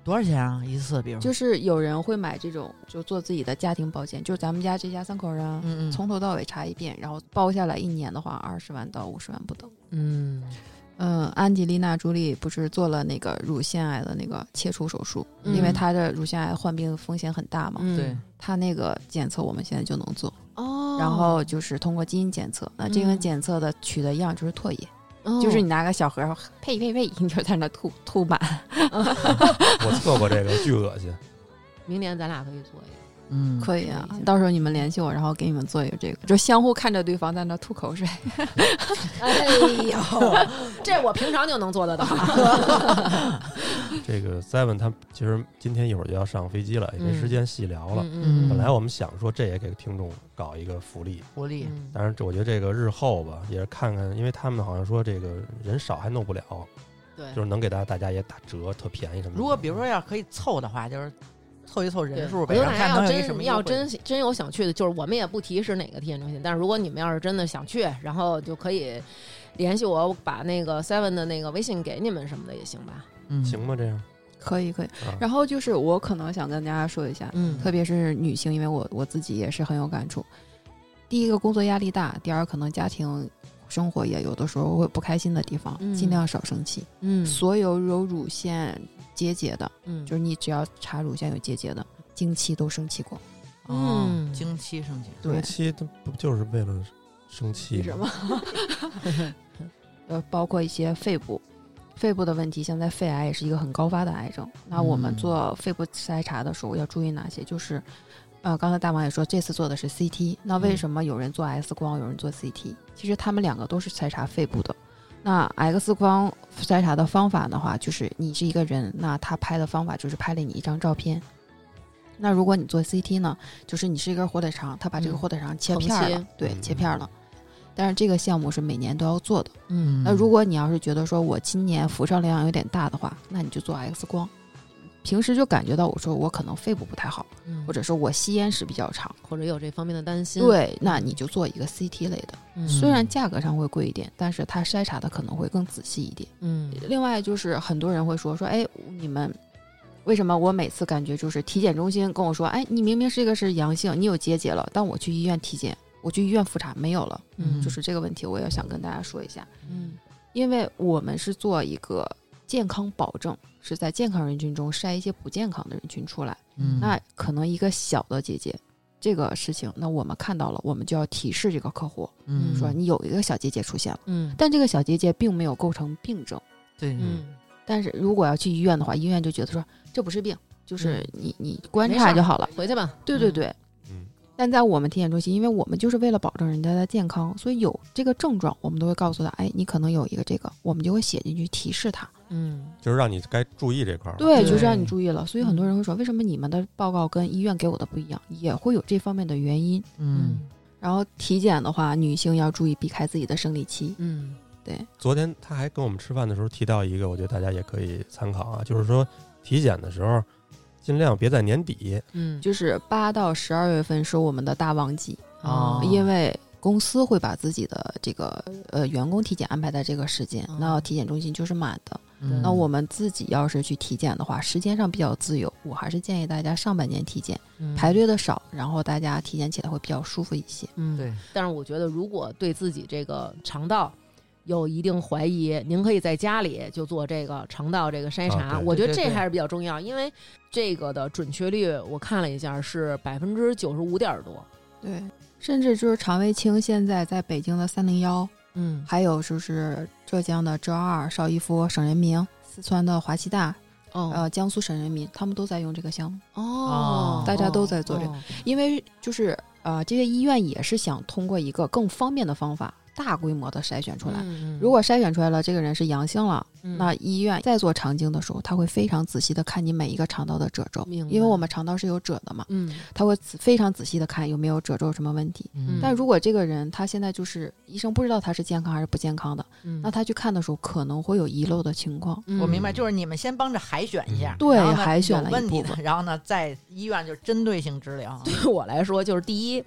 多少钱啊？一次，比如就是有人会买这种，就做自己的家庭保险，就是咱们家这家三口人， 嗯嗯， 从头到尾查一遍，然后包下来一年的话，二十万到五十万不等。 嗯嗯，安吉丽娜·朱莉不是做了那个乳腺癌的那个切除手术， 嗯因为她的乳腺癌患病风险很大嘛， 嗯对， 她那个检测我们现在就能做， 哦， 然后就是通过基因检测，那这个嗯检测的取的样就是唾液， 哦就是你拿个小盒呸呸呸，你就在那吐吐满。 我测过这个，巨恶心。 明年咱俩可以做一个。 嗯， 可以啊可以， 到时候你们联系我，然后给你们做一个这个，就相互看着对方在那吐口水。 哎呦，这我平常就能做得到。 这个 Seven 他其实今天一会儿就要上飞机了，也没时间细聊了。 嗯本来我们想说这也给听众搞一个福利， 福利， 嗯当然这我觉得这个日后吧，也是看看，因为他们好像说这个人少还弄不了， 对， 就是能给大家大家也打折，特便宜什么的。 如果比如说要可以凑的话，就是凑一凑人数我呗， 觉得大家要然后看能有一什么真要优惠真真有想去的，就是我们也不提是哪个体检中心，但是如果你们要是真的想去，然后就可以联系我，我把那个 Seven 的那个微信给你们什么的也行吧。 嗯行吗？这样可以可以， 啊， 然后就是我可能想跟大家说一下， 嗯特别是女性，因为我我自己也是很有感触。第一个工作压力大，第二可能家庭生活也有的时候会不开心的地方， 嗯尽量少生气。 嗯所有有乳腺结节的， 嗯就是你只要查乳腺有结节的，经期都生气过。 哦嗯， 经期生气， 对生气它不就是为了生气什吗？ 么？呃，包括一些肺部。肺部的问题，现在肺癌也是一个很高发的癌症。那我们嗯做肺部筛查的时候要注意哪些？就是，呃，刚才大王也说，这次做的是 C T。那为什么有人做 X 光，有人做 C T？其实他们两个都是筛查肺部的。那 X 光筛查的方法的话，就是你是一个人，那他拍的方法就是拍了你一张照片。那如果你做 C T 呢，就是你是一根火腿肠，他把这个嗯火腿肠切横片儿了， 切对， 嗯切片儿了。但是这个项目是每年都要做的。 嗯那如果你要是觉得说我今年辐射量有点大的话，那你就做 X 光。平时就感觉到我说我可能肺部不太好， 嗯或者说我吸烟史比较长， 或者有这方面的担心， 对，那你就做一个 C T 类的。 嗯虽然价格上会贵一点，但是它筛查的可能会更仔细一点。 嗯另外就是很多人会说说，哎，你们为什么我每次感觉就是体检中心跟我说，哎，你明明是一个是阳性，你有结节了，但我去医院体检，我去医院复查没有了， 嗯就是这个问题，我也想跟大家说一下。 嗯因为我们是做一个健康保证，是在健康人群中筛一些不健康的人群出来。 嗯那可能一个小的结节，这个事情，那我们看到了，我们就要提示这个客户， 嗯说你有一个小结节出现了， 嗯但这个小结节并没有构成病症。 对， 嗯但是如果要去医院的话，医院就觉得说这不是病，就是你你观没事儿察就好了。 回去吧。 对对对。 嗯， 但在我们体检中心，因为我们就是为了保证人家的健康，所以有这个症状，我们都会告诉他，哎，你可能有一个这个，我们就会写进去提示他。 嗯就是让你该注意这块儿。 对， 对就是让你注意了。所以很多人会说，为什么你们的报告跟医院给我的不一样？也会有这方面的原因。 嗯然后体检的话，女性要注意避开自己的生理期。 嗯对， 昨天他还跟我们吃饭的时候提到一个，我觉得大家也可以参考啊，就是说体检的时候尽量别在年底。 嗯就是八到十二月份是我们的大旺季， 哦因为公司会把自己的这个呃员工体检安排在这个时间， 哦那体检中心就是满的。 嗯那我们自己要是去体检的话，时间上比较自由，我还是建议大家上半年体检， 嗯排队的少，然后大家体检起来会比较舒服一些。 嗯对， 但是我觉得，如果对自己这个肠道有一定怀疑，您可以在家里就做这个肠道这个筛查。 啊对我觉得对对对这还是比较重要，因为这个的准确率我看了一下是百分之九十五点多。 对，甚至就是肠胃清现在在北京的三零幺， 嗯还有就是浙江的浙二、邵逸夫、省人民，四川的华西大， 哦呃，江苏省人民，他们都在用这个项目。 哦， 大家都在做这个哦因为就是呃，这些医院也是想通过一个更方便的方法，大规模的筛选出来。 嗯如果筛选出来了这个人是阳性了， 嗯那医院在做肠镜的时候，他会非常仔细的看你每一个肠道的褶皱， 明白因为我们肠道是有褶的嘛， 嗯他会仔非常仔细的看有没有褶皱什么问题。 嗯但如果这个人他现在就是医生不知道他是健康还是不健康的， 嗯那他去看的时候可能会有遗漏的情况。 嗯我明白，就是你们先帮着海选一下， 对然后呢海选了一有问题的， 部分然后呢，在医院就针对性治疗。 对我来说，就是第一，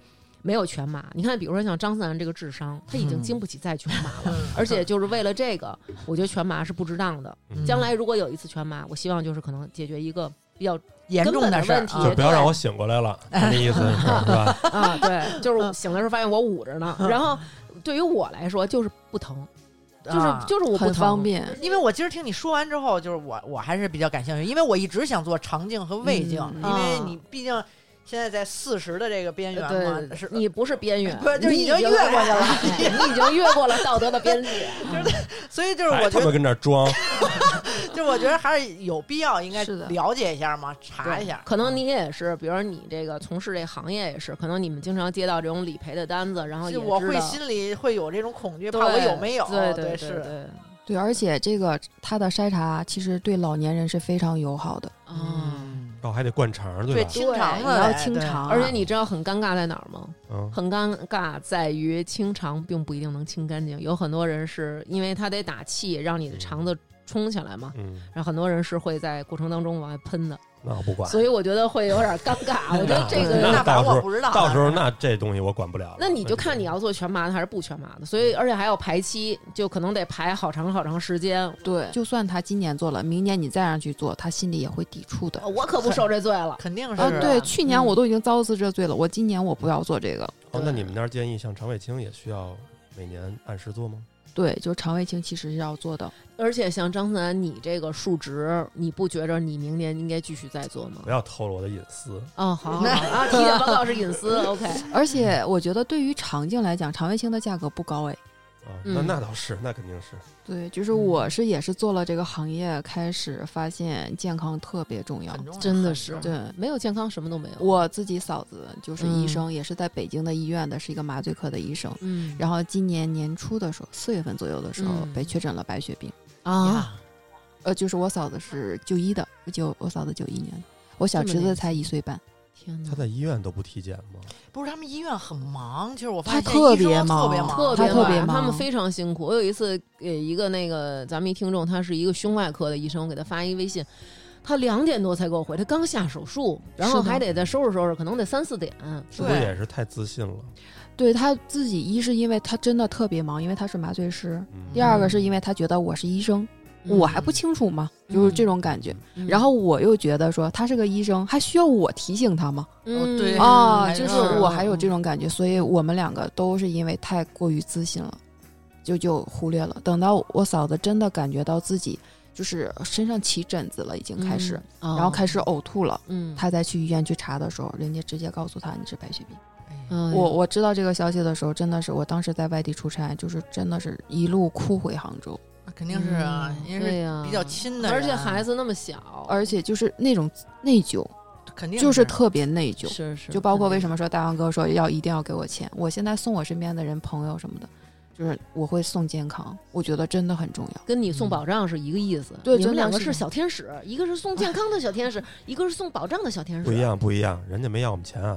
没有全麻。你看，比如说像张思楠这个智商，他已经经不起再全麻了，而且就是为了这个，我觉得全麻是不值当的。 嗯将来如果有一次全麻，我希望就是可能解决一个比较严重根本的事儿问题， 就不要让我醒过来了，那意思是是吧？ 啊，对，就是醒的时候发现我捂着呢，然后对于我来说就是不疼，就是、 啊就是我不很疼方便。 因为我今儿听你说完之后，就是我我还是比较感兴趣，因为我一直想做肠镜和胃镜， 嗯因为你毕竟现在在四十的这个边缘嘛， 对， 是你不是边缘， 不是就是你已经越过去了你已经越过了道德的边界， 所以就是我还他妈觉得， 跟这儿装， 就是我觉得还是有必要应该是的了解一下嘛，查一下。 可能你也是，比如说你这个从事这行业也是，可能你们经常接到这种理赔的单子，然后也就我会知道心里会有这种恐惧， 对怕我有没有？ 对对是。 对对， 对，而且这个它的筛查其实对老年人是非常友好的。 嗯， 哦，还得灌肠， 对， 吧？ 清肠你要子得对清肠啊， 而且你知道很尴尬在哪儿吗？ 嗯， 很尴尬在于清肠并不一定能清干净，有很多人是因为他得打气让你的肠子冲起来嘛， 嗯， 然后很多人是会在过程当中往外喷的， 那我不管。 所以我觉得会有点尴尬。我觉得这个， 那反正到时候我不知道， 到时候那这东西我管不了了。 那你就看你要做全麻的还是不全麻的，所以而且还要排期，就可能得排好长好长时间。 对，就算他今年做了，明年你再让去做，他心里也会抵触的。 我可不受这罪了。 肯定是、 啊，对， 啊去年我都已经遭此这罪了，我今年我不要做这个。 哦，那你们那儿建议像肠胃清也需要每年按时做吗？ 对，就肠胃清其实是要做的。 而且像张思楠，你这个数值，你不觉着你明年应该继续再做吗不？要透露我的隐私。 哦，好好好啊，体检报告是隐私，OK。 而且我觉得对于肠镜来讲，肠胃清的价格不高哎。 啊，那嗯那倒是，那肯定是。 对，就是我是也是做了这个行业，开始发现健康特别重要。 很重要真的是很重要对， 没有健康什么都没有。 我自己嫂子就是医嗯生，也是在北京的医院的，是一个麻醉科的医生。 嗯， 然后今年年初的时候，四月份左右的时候、 嗯被确诊了白血病。 啊， 呀呃，就是我嫂子是九一的，就我嫂子九一年的，我小侄子才一岁半。 天哪他！在医院都不体检吗？ 不是他们医院很忙，其实我发他现特别医生忙特别忙， 特别他特别忙他们非常辛苦。我有一次给一个那个咱们一听众，他是一个胸外科的医生，我给他发一微信，他两点多才给我回，他刚下手术，然后是的还得再收拾收拾，可能得三四点。 是不是也是太自信了？ 对他自己，一是因为他真的特别忙，因为他是麻醉师； 嗯第二个是因为他觉得我是医生，我还不清楚吗？ 嗯就是这种感觉。 嗯然后我又觉得说他是个医生，还需要我提醒他吗？ 嗯对啊， 还就是是我还有这种感觉，所以我们两个都是因为太过于自信了，就就忽略了。等到我嫂子真的感觉到自己就是身上起疹子了，已经开始， 嗯然后开始呕吐了， 嗯， 她再去医院去查的时候，人家直接告诉她你是白血病。 嗯我我知道这个消息的时候，真的是我当时在外地出差，就是真的是一路哭回杭州， 肯定是啊， 嗯因为是对呀比较亲的人， 而且孩子那么小， 而且就是那种内疚， 肯定就是特别内疚。 是是， 就包括为么什么说大王哥说要一定要给我钱，我现在送我身边的人朋友什么的，就是我会送健康，我觉得真的很重要。 跟你送保障是一个意思。 对你们两个是真的是小天使，一个是送健康的小天使，一个是送保障的小天使。 不一，样，不一样，人家没要我们钱啊。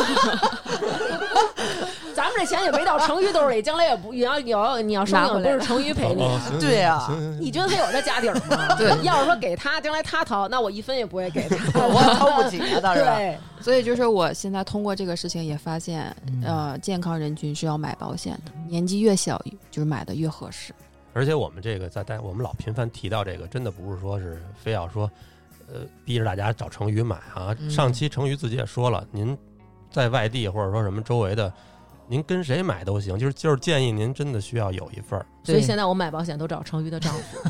咱们这钱也没到成鱼兜里，将来也不你要你要你要生病， 拿回来不是成鱼赔你。 哦行对呀行行行你觉得他有这家底儿吗？ 对要是说给他，将来他掏，那我一分也不会给他。 我掏不起啊，倒是。 对， 所以就是我现在通过这个事情也发现， 嗯呃，健康人群是要买保险的，年纪越小就是买的越合适。 而且我们这个在带我们老频繁提到这个，真的不是说是非要说，呃，逼着大家找成宇买啊。 嗯上期成宇自己也说了，您在外地或者说什么周围的，您跟谁买都行，就是就是建议您真的需要有一份儿。 所以现在我买保险都找成鱼的丈夫。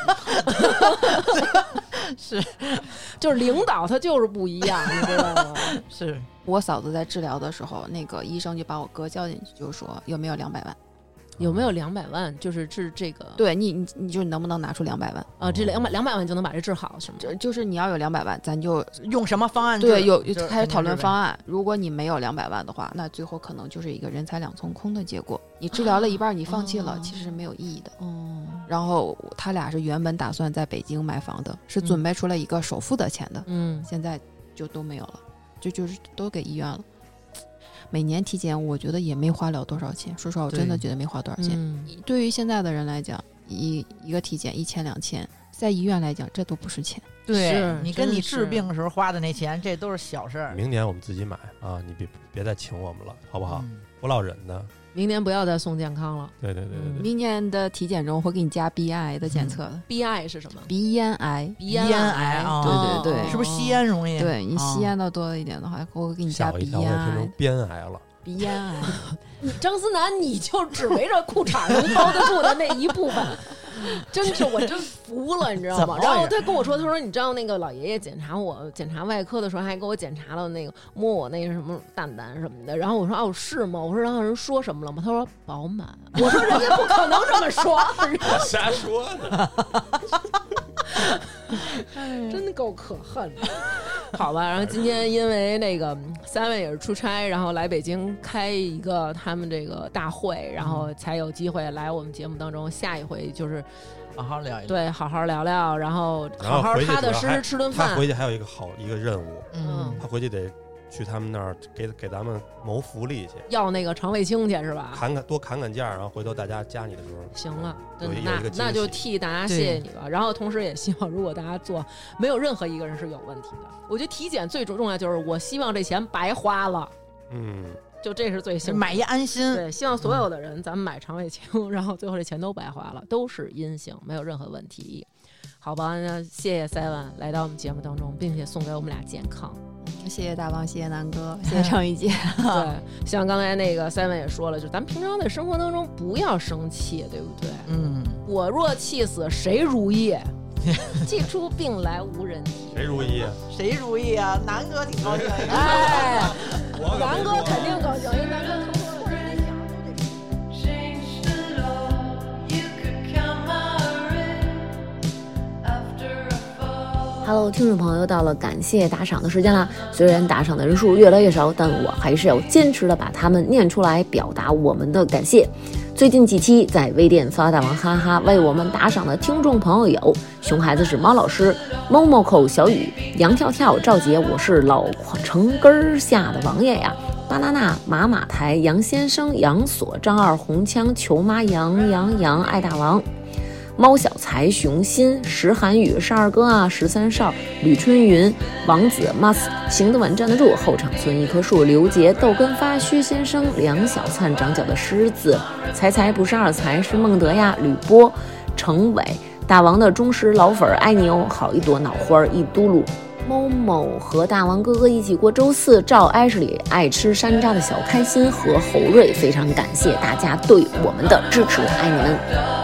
是就是领导他就是不一样，你知道吗？ 是， 我嫂子在治疗的时候，那个医生就把我哥叫进去，就说有没有两百万？ 有没有两百万？就是治这个对你，你你就能不能拿出两百万？ 啊，这两百两百万就能把这治好是吗？ 就就是你要有两百万，咱就用什么方案治？ 对有就是开始讨论方案。 案。如果你没有两百万的话，那最后可能就是一个人财两空空的结果。你治疗了一半，你放弃了， 哦其实是没有意义的。 哦， 然后他俩是原本打算在北京买房的，是准备出了一个首付的钱的， 嗯， 现在就都没有了，就就是都给医院了。每年体检，我觉得也没花了多少钱。说实话，我真的觉得没花多少钱。 嗯对于现在的人来讲，一一个体检一千两千， 在医院来讲，这都不是钱。 对，你跟你治是病的时候花的那钱，这都是小事儿。 明年我们自己买啊，你别别再请我们了，好不好？ 嗯、 不落忍的。 明年不要再送健康了。 对对对对对。 明年的体检中会给你加鼻咽癌的检测的。 嗯、鼻癌是什么？ 鼻咽癌。 鼻咽癌。 对对对。 是不是吸烟容易？ 对你吸烟的多一点的话，我会给你加鼻咽癌。 吓我一跳，我听成边癌了。 鼻咽癌。 你张思楠，你就只围着裤衩能包得住的那一部分。真是我真服了，你知道吗？然后他跟我说，他说你知道那个老爷爷检查我检查外科的时候，还给我检查了那个摸我那个什么蛋蛋什么的。然后我说哦是吗？我说然后人说什么了吗？他说饱满。我说人家不可能这么说， 瞎说呢。 真够可恨的。好吧，然后今天因为那个三位也是出差，然后来北京开一个他们这个大会，然后才有机会来我们节目当中。下一回就是好好聊一聊， 对，好好聊聊，然后好好踏踏实实吃顿饭。 他回去还有一个好一个任务， 嗯， 他回去得去他们那儿给给咱们谋福利去， 要那个肠胃清去是吧？ 砍砍多砍砍价，然后回头大家加你的时候， 行了， 有有那那就替大家谢谢你了。然后同时也希望，如果大家做，没有任何一个人是有问题的。我觉得体检最重要就是，我希望这钱白花了。 嗯。 就这是最幸福， 买一安心。 对，希望所有的人，咱们买肠胃清，然后最后这钱都白花了，都是阴性，没有任何问题。好吧，那谢谢 Seven 来到我们节目当中，并且送给我们俩健康。 谢谢大王，谢谢南哥，谢谢张玉姐。 对，像刚才那个 Seven 也说了，就咱们平常在生活当中不要生气，对不对？ 嗯， 我若气死谁如意？气出病来无人提。 谁如意啊？ 谁如意啊？南哥挺高兴。 哎，南哥肯定高兴，因为南哥偷偷的。 Hello， 听众朋友，到了感谢打赏的时间啦！虽然打赏的人数越来越少，但我还是要坚持的把它们念出来，表达我们的感谢。最近几期在微店发大王哈哈为我们打赏的听众朋友有：熊孩子是猫老师、某某口小雨、杨跳跳、赵杰，我是老城根下的王爷呀。巴拿纳、马马台、杨先生、杨锁、张二、红枪、球妈、杨杨杨、爱大王、猫小才、熊心、石寒雨、十二哥啊、十三少、吕春云、王子、mas 行得稳站得住、后场村一棵树、刘杰、豆根发、薛先生、梁小灿、长脚的狮子、才才不是二才是孟德呀、吕波、程伟、大王的忠实老粉爱你哦，好一朵脑花一嘟噜。某某和大王哥哥一起过周四，赵艾什里爱吃山楂的小开心和侯瑞，非常感谢大家对我们的支持，爱你们。